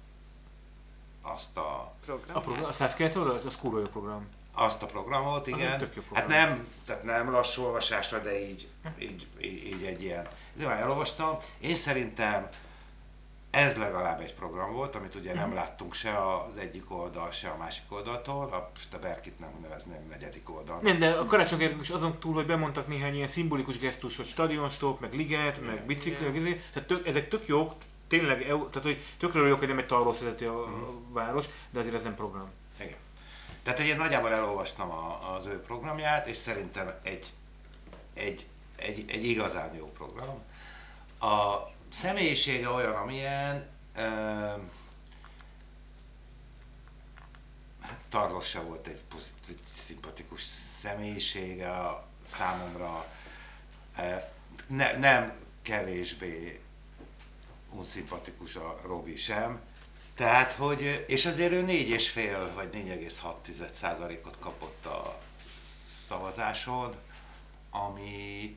azt a A 109 óra, az kurva jó program. programot, igen. tök jó Hát program. tehát nem lassú olvasásra, de így egy ilyen. De már elolvastam. Én szerintem ez legalább egy program volt, amit ugye nem láttunk se az egyik oldal, se a másik oldaltól. Most a Berkit nem nevezném negyedik oldalnak. Nem, de a Karácsony Gergely is azon túl, hogy bemondtak néhány ilyen szimbolikus gesztus, hogy stadionstop, meg liget, meg bicikli, meg izé. Tehát ezek tök jók, tényleg, tehát hogy tökre jók, hogy nem egy tarlós vezeti a város, de azért ez nem program. Igen. Tehát, hogy én nagyjából elolvastam az ő programját, és szerintem egy igazán jó program. A személyisége olyan, amilyen, hát Tarlós se volt egy szimpatikus személyisége a számomra, nem kevésbé unszimpatikus a Robi sem. Tehát, hogy, és azért ő 4,5 vagy 4,6%-ot kapott a szavazáson, ami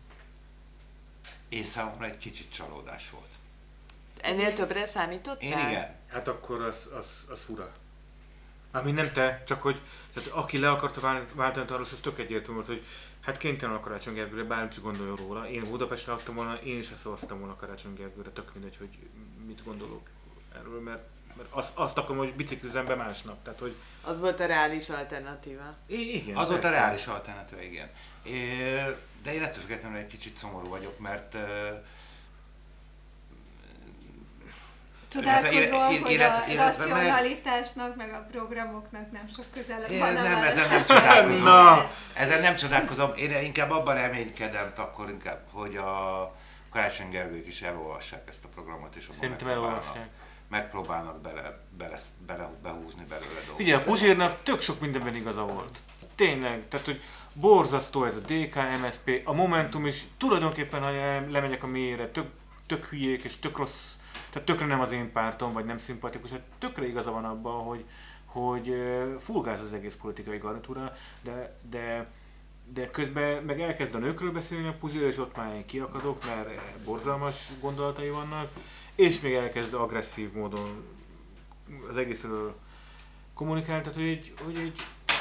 én számomra egy kicsit csalódás volt. Ennél többre számítottál? Én igen. Hát akkor az fura. Mármint nem te, csak hogy tehát aki le akarta váltani Tarlós, az tök egyértelmű volt, hogy hát kénytelen a Karácsony Gergelyre, bármit gondoljon róla. Én Budapestre laktam volna, én is szavaztam volna a Karácsony Gergelyre, tök mindegy, hogy mit gondolok erről, mert azt akarom, hogy biciklizem be másnap. Tehát, hogy Az volt a reális alternatíva. igen. Az volt a persze. reális alternatíva, igen. De én ettől függetlenül egy kicsit szomorú vagyok, mert Csodálkozol, hogy a illetve meg- racionalitásnak, meg a programoknak nem sok közele van. nem, a- ezen nem csodálkozom. Na. Ezen nem csodálkozom. Én inkább abban reménykedem, akkor inkább, hogy a Karácsony Gergelyk is elolvassák ezt a programot, és abban Szerintem elolvassák. megpróbálnak behúzni belőle dolgokat. Figyelj, a Puzsérnak tök sok mindenben igaza volt. Tényleg, tehát hogy borzasztó ez a DK, MSZP, a Momentum is, tulajdonképpen, ha lemegyek a mélyére, tök hülyék és tök rossz, tehát tökre nem az én pártom, vagy nem szimpatikus, hát tökre igaza van abban, hogy fullgáz az egész politikai garnitúra, de közben meg elkezd a nőkről beszélni a Puzsér, és ott már én kiakadok, mert borzalmas gondolatai vannak, és még elkezd agresszív módon az egészről kommunikálni, tehát hogy egy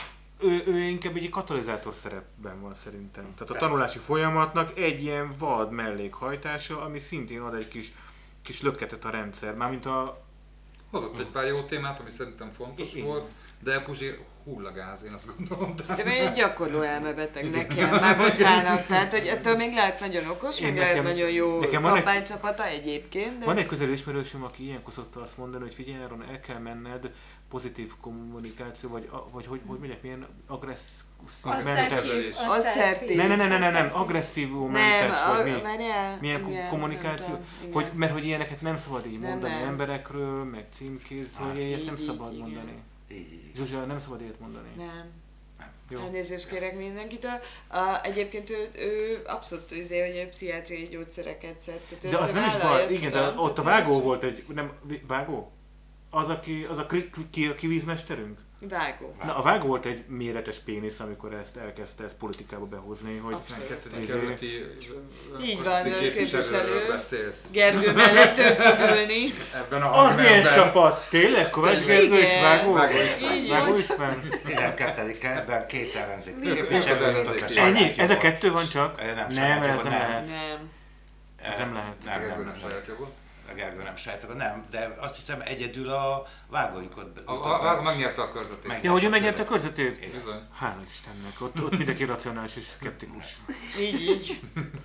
ő inkább egy katalizátor szerepben van szerintem. Tehát a tanulási folyamatnak egy ilyen vad mellékhajtása, ami szintén ad egy kis löketet a rendszer. Mármint Hozott egy pár jó témát, ami szerintem fontos volt, de Puzsér hullagáz, én azt gondolom. De még egy gyakorló elmebeteg nekem, már bocsánat, tehát hogy ettől még lehet nagyon okos, meg lehet nagyon jó kampánycsapata egyébként. De... Van egy közel ismerősöm, aki ilyenkor szokta azt mondani, hogy figyelj, Áron, el kell menned pozitív kommunikáció, vagy hogy mondják, milyen agresszív mentes. Asszertív. Nem, agresszív mentes, vagy mi? Milyen igen, kommunikáció? Hogy, mert hogy ilyeneket nem szabad így mondani emberekről, meg címkéz, hogy ilyet nem szabad mondani. Zsuzsa, nem szabad ilyet mondani. Nem. Jó. Elnézést kérek mindenkitől. Egyébként ő abszolút hogy ő pszichiátriai gyógyszereket szedett. De az nem is baj, igen, de ott a vágó volt egy, nem, vágó? Az a vízmesterünk? Vágó. Na, a vágó volt egy méretes pénisz, amikor elkezdte ezt politikába behozni, hogy... 12. kerületi így van, képviselő. Beszélsz. Gergő mellett ő fog ülni. Ebben a az milyen csapat? Tényleg? Kovács Gergő és Vágó? Vágó István. 12-ben 2 ellenzék. Ennyi? Ez a 2 van csak? Nem, ez nem lehet. Nem. Ez nem lehet. Nem saját jogot. A Gergő nem saját jogot, nem, de azt hiszem egyedül a Vágóikot. A Vágó megnyerte a körzetét. Ja, hogy ő megnyerte a körzetét? Bizony. Hála Istennek, ott mindenki racionális és szkeptikus. Így.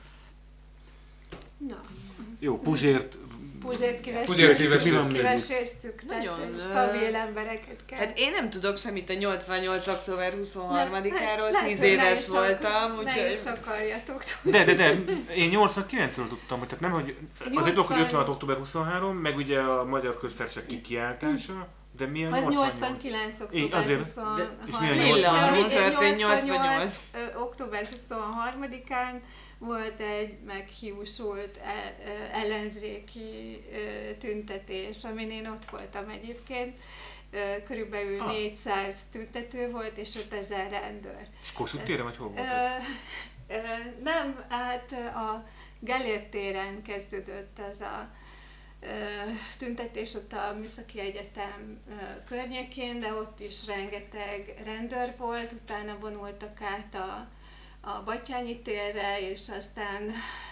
Na. Jó, Puzsért kiveséztük, tehát stabil embereket kell. Hát én nem tudok semmit a 88. október 23-áról, 10 éves voltam, úgyhogy... Ne is akarjatok tudni. De, én 89-ről tudtam, tehát nem, hogy azért dolog, hogy 56. október 23, meg ugye a Magyar Köztársaság kikiáltása, de mi a 89. október 23. És mi a 88? Mi történt 88? Október 23-án volt egy meghiúsult ellenzéki tüntetés, amin én ott voltam egyébként. Körülbelül 400 tüntető volt, és 5000 rendőr. És Kossuth téren, vagy hol volt nem, hát a Gellért téren kezdődött ez a tüntetés ott a Műszaki Egyetem környékén, de ott is rengeteg rendőr volt, utána vonultak át a Batthyány térre, és aztán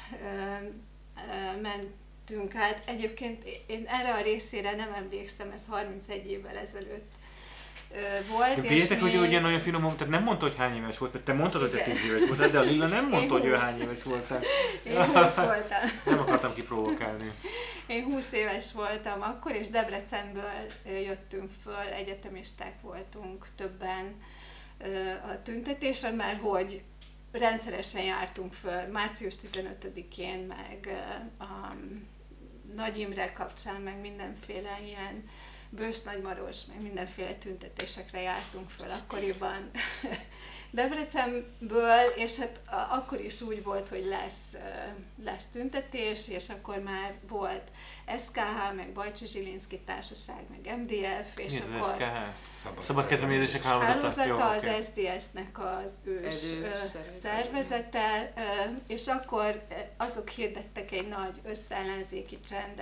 mentünk át. Egyébként én erre a részére nem emlékszem, ez 31 évvel ezelőtt volt. De figyeljetek, hogy ő ugye nagyon finom, tehát nem mondta, hogy hány éves volt, mert te mondtad, hogy te 10 éves voltál, de a Lilla nem mondta, hogy ő hány éves voltál. Én 20 voltam. Nem akartam kiprovokálni. Én 20 éves voltam akkor, és Debrecenből jöttünk föl, egyetemisták voltunk többen a tüntetésre, mert hogy rendszeresen jártunk föl, március 15-én, meg a Nagy Imre kapcsán, meg mindenféle ilyen Bős Nagymaros, meg mindenféle tüntetésekre jártunk föl akkoriban Debrecenből, és hát akkor is úgy volt, hogy lesz tüntetés, és akkor már volt SKH, meg Bajcsi Zsilinszky Társaság, meg MDF, és mi akkor... SKH? Szabad kezdeményezések hálózata? Az SZDSZ-nek az ős szervezete, és akkor azok hirdettek egy nagy összellenzéki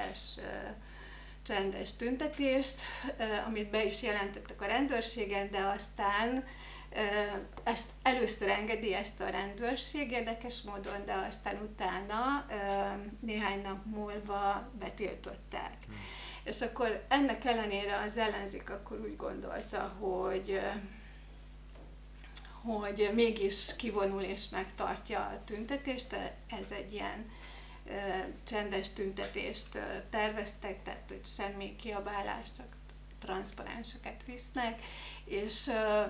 csendes tüntetést, amit be is jelentettek a rendőrségen, de aztán ezt először engedélyezte a rendőrség érdekes módon, de aztán utána néhány nap múlva betiltották. És akkor ennek ellenére az ellenzék akkor úgy gondolta, hogy mégis kivonul és megtartja a tüntetést, de ez egy ilyen csendes tüntetést terveztek, tehát hogy semmi kiabálást, csak transzparenseket visznek, és...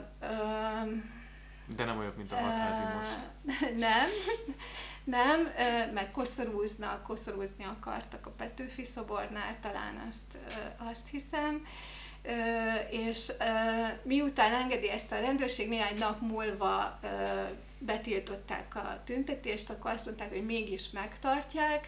de nem olyan, mint a hatházi most. Nem, meg koszorúzni akartak a Petőfi szobornál, talán azt hiszem, és miután engedélyezte a rendőrség, néhány nap múlva betiltották a tüntetést, akkor azt mondták, hogy mégis megtartják,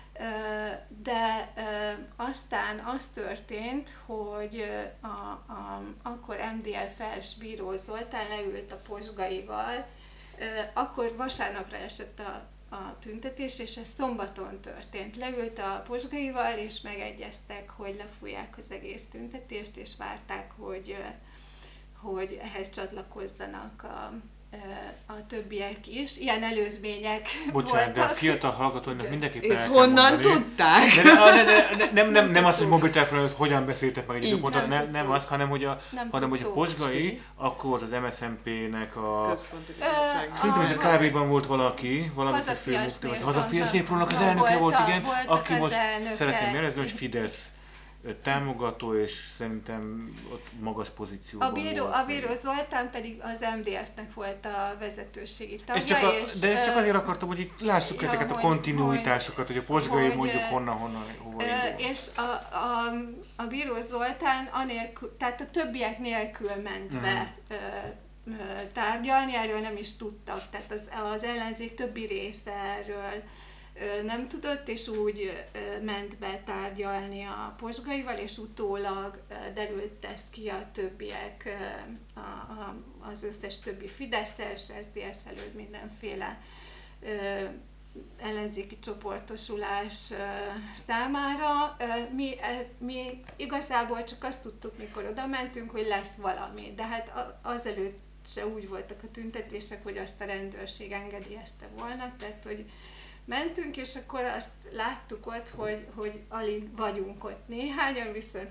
de aztán az történt, hogy akkor MDF-es bíró Zoltán leült a Posgaival, akkor vasárnapra esett a tüntetés, és ez szombaton történt. Leült a Posgaival, és megegyeztek, hogy lefújják az egész tüntetést, és várták, hogy ehhez csatlakozzanak a többiek is. Ilyen előzmények Bocsánat, de a voltak. fiatal hallgatóinak mindenképpen el És kell honnan mondani. tudták? Nem az, hogy mobiltelefon előtt hogyan beszéltek meg egy Így. időpontot, Nem nem tudtuk. az, hanem hogy Nem hogy a tudtuk. Pozsgai, akkor volt az MSZNP-nek a... Központi bizottság. Szerintem ez a KB-ban volt valaki, valami Hazafias Hazafias Névfrontnak az névfrontnak elnöke volt, igen, voltak aki az most elnöke. szeretném jelezni, hogy Fidesz támogató, és szerintem ott magas pozícióban volt. A bíró Zoltán pedig az MDF-nek volt a vezetőségi tagja. De ezt csak azért akartam, hogy itt lássuk ja, ezeket a hogy- kontinuitásokat, hogy a Pozsgai hogy, mondjuk hova indul. És a bíró Zoltán anélkül, tehát a többiek nélkül ment be tárgyalni, erről nem is tudtak, tehát az ellenzék többi része erről nem tudott, és úgy ment be tárgyalni a Pozsgaival, és utólag derült ez ki a többiek, az összes többi Fideszes, SZDSZ előtt mindenféle ellenzéki csoportosulás számára. Mi igazából csak azt tudtuk, mikor oda mentünk, hogy lesz valami, de hát azelőtt se úgy voltak a tüntetések, hogy azt a rendőrség engedélyezte volna, tehát hogy mentünk, és akkor azt láttuk ott, hogy alig vagyunk ott néhányan, viszont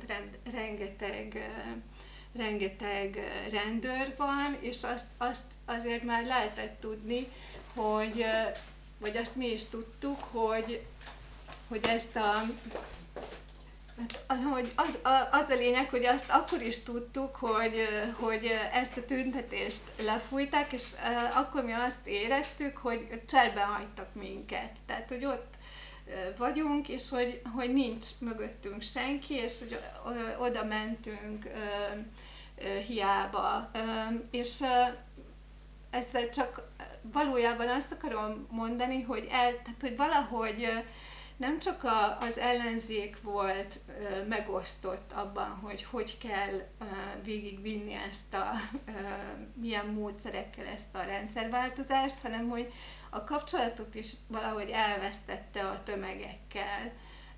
rengeteg rendőr van, és azt azért már lehetett tudni, vagy azt mi is tudtuk, hogy ezt hogy az a lényeg, hogy azt akkor is tudtuk, hogy ezt a tüntetést lefújták, és akkor mi azt éreztük, hogy cserben hagytak minket. Tehát, hogy ott vagyunk, és hogy nincs mögöttünk senki, és hogy oda mentünk hiába. És ezzel csak valójában azt akarom mondani, hogy tehát, hogy valahogy nem csak az ellenzék volt megosztott abban, hogy kell végigvinni milyen módszerekkel ezt a rendszerváltozást, hanem hogy a kapcsolatot is valahogy elvesztette a tömegekkel.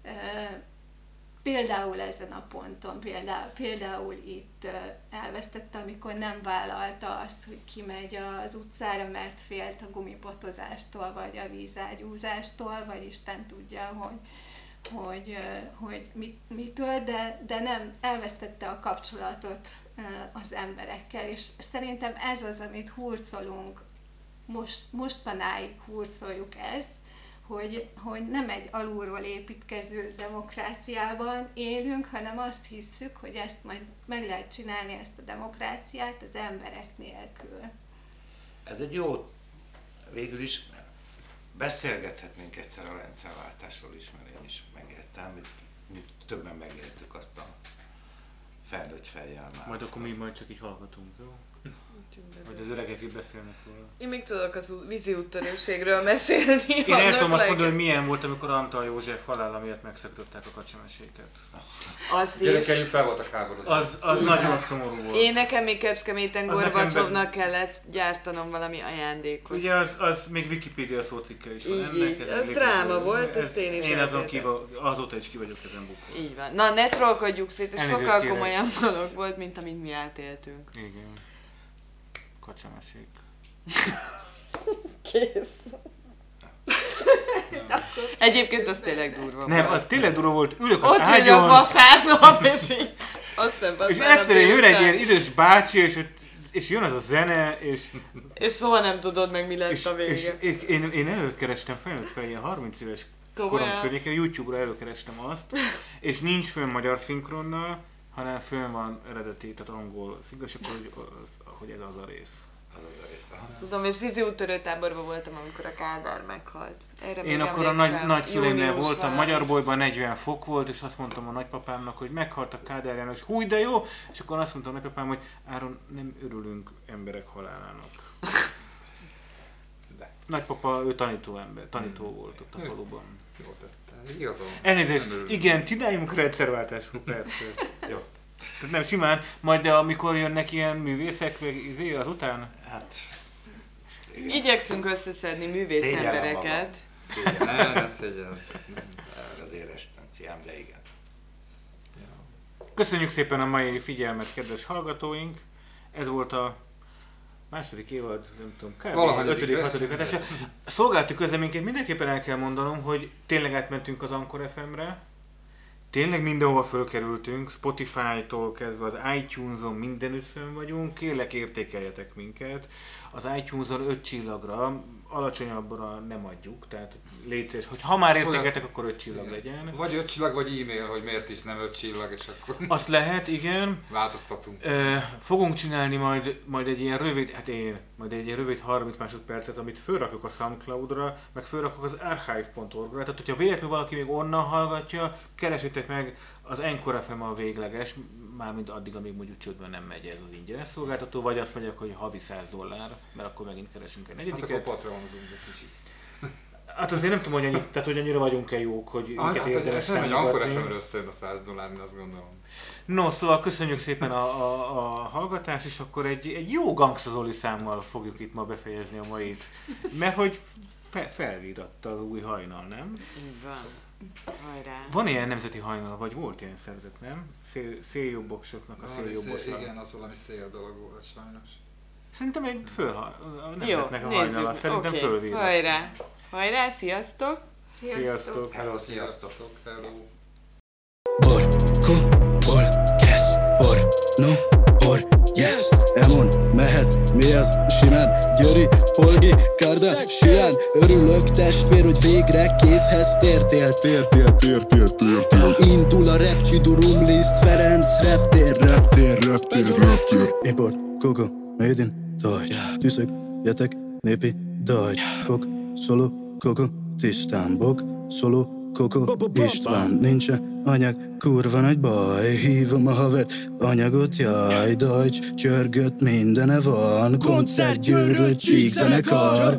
Például ezen a ponton, például itt elvesztette, amikor nem vállalta azt, hogy kimegy az utcára, mert félt a gumibotozástól, vagy a vízágyúzástól, vagy Isten tudja, hogy mitől, de nem elvesztette a kapcsolatot az emberekkel, és szerintem ez az, amit hurcolunk, mostanáig hurcoljuk ezt, hogy nem egy alulról építkező demokráciában élünk, hanem azt hisszük, hogy ezt majd meg lehet csinálni, ezt a demokráciát az emberek nélkül. Ez egy jó, végül is beszélgethetnénk egyszer a rendszerváltásról is, mert én is megértem, mi többen megértük azt a felnőtt fejjel már. Majd akkor mi majd csak így hallgatunk, jó? Vagy az öregek itt beszélnek róla. Én még tudok az vízi úttörőségről mesélni. Én el tudom azt mondani, hogy milyen volt, amikor Antal József halála miatt megszakították a kacsameséket. Azt is. Gyerekeim fel voltak háborodva. Az nagyon szomorú volt. Én nekem még Kecskeméten Az Gorbacsovnak nekem kellett gyártanom valami ajándékot. Ugye az még Wikipédia szócikke is van Így, ennek. így. ez Ez elég dráma jó. volt, ezt én is Én eléltem. azóta is ki vagyok ezen bukva. Így van. Na, ne trollkodjuk szét, ez Elnézést sokkal kérek. komolyabb dolog volt, mint amit mi átéltünk. Igen. Kacsamesék. Kész. Egyébként az tényleg durva Nem, volt. az tényleg durva volt, ülök az Ott ülök ágyon, vasárnap, és így azt hiszem és vasárnap egyszerűen jön egy délután. ilyen idős bácsi, és jön az a zene, És soha nem tudod meg, mi lett a vége. és én előkerestem felnőtt fel, ilyen 30 éves korom Komolyan? környéken, YouTube-ra előkerestem azt, és nincs fönn magyar szinkronnal, hanem fönn van eredeti, tehát angol szinkron, és akkor hogy ez az a rész. Az az a rész. Tudom, és vízi úttörőtáborban voltam, amikor a Kádár meghalt. Erre Én még akkor a emlékszem. nagyszüleimnél Június voltam, valami. Magyarbolyban 40 fok volt, és azt mondtam a nagypapámnak, hogy meghalt a Kádár János, húj de jó, és akkor azt mondtam a nagypapám, hogy Áron, nem örülünk emberek halálának. De. Nagypapa, ő tanító volt ott a faluban. Jó tette. Igazán. Elnézést, Nem örülünk. igen, csináljunk rendszerváltásról, persze. Jó. Tehát nem simán, majd de amikor jönnek ilyen művészek, meg azután? Hát, igen. Igyekszünk összeszedni művész Szégyellem embereket. Szégyellem. Ne szégyen. Az érestenciám, de igen. Köszönjük szépen a mai figyelmet, kedves hallgatóink! Ez volt a második évad, nem tudom, kb. Valahanyadik 5.-6. adása. Szolgálati közleményként mindenképpen el kell mondanom, hogy tényleg átmentünk az Anchor FM-re. Tényleg mindenhova fölkerültünk, Spotify-tól kezdve az iTunes-on mindenütt fönn vagyunk, kérlek értékeljetek minket. Az iTunes-on 5 csillagra, alacsonyabbra nem adjuk, tehát légy szíves, hogy ha már értékeltek, akkor 5 csillag legyen. Vagy 5 csillag, vagy e-mail, hogy miért is nem 5 csillag, és akkor Azt lehet, igen. változtatunk. Fogunk csinálni majd egy ilyen rövid, majd egy ilyen rövid 30 másodpercet, amit fölrakjuk a SoundCloud-ra, meg fölrakjuk az archive.org-ra, tehát hogyha véletlenül valaki még onnan hallgatja, keresétek meg, az Anchor FM a végleges, mármint addig, amíg mondjuk csődben nem megy ez az ingyenes szolgáltató, vagy azt mondják, hogy havi $100, mert akkor megint keresünk egy Hát negyediket. akkor Patreonozunk egy kicsit. Hát azért nem tudom, hogy annyira vagyunk-e jók, hogy őket érdemes Hát nem, hogy Anchor támogatni. FM-ről összejön a $100, én azt gondolom. No, szóval köszönjük szépen a hallgatást, és akkor egy jó Gangsta Zoli számmal fogjuk itt ma befejezni a mait. Mert hogy felvíratta az új hajnal, nem? Így van. Hajrá. Van ilyen nemzeti hajnal, vagy volt ilyen szerzet, nem? Széljobbosoknak a széljobbosra. Igen, az valami szél dolog volt sajnos. Szerintem egy a Jó, nemzetnek a hajnala, nézzük. szerintem Oké. fölvírat. Hajrá. Hajrá, sziasztok! Sziasztok! Hello, sziasztok! Hello. Por, yes, por, no, por, yes. Emon, mehet, mi az, simán, Györi, Polgi, Kardashian. Örülök testvér, hogy végre kézhez tértél. Indul a rap, Csidurum, Liszt, Ferenc, reptér. Import, Koko, made in Deutsch. Tűzök, jetek, népi, Deutsch. Kok, szolo, Koko, tisztán bok, szolo, Koko, István, nincs anyag, kurva nagy baj. Hívom a havert, anyagot, jaj, Deutsch, csörgött, mindene van. Koncert, Győrő, Csík, zenekar.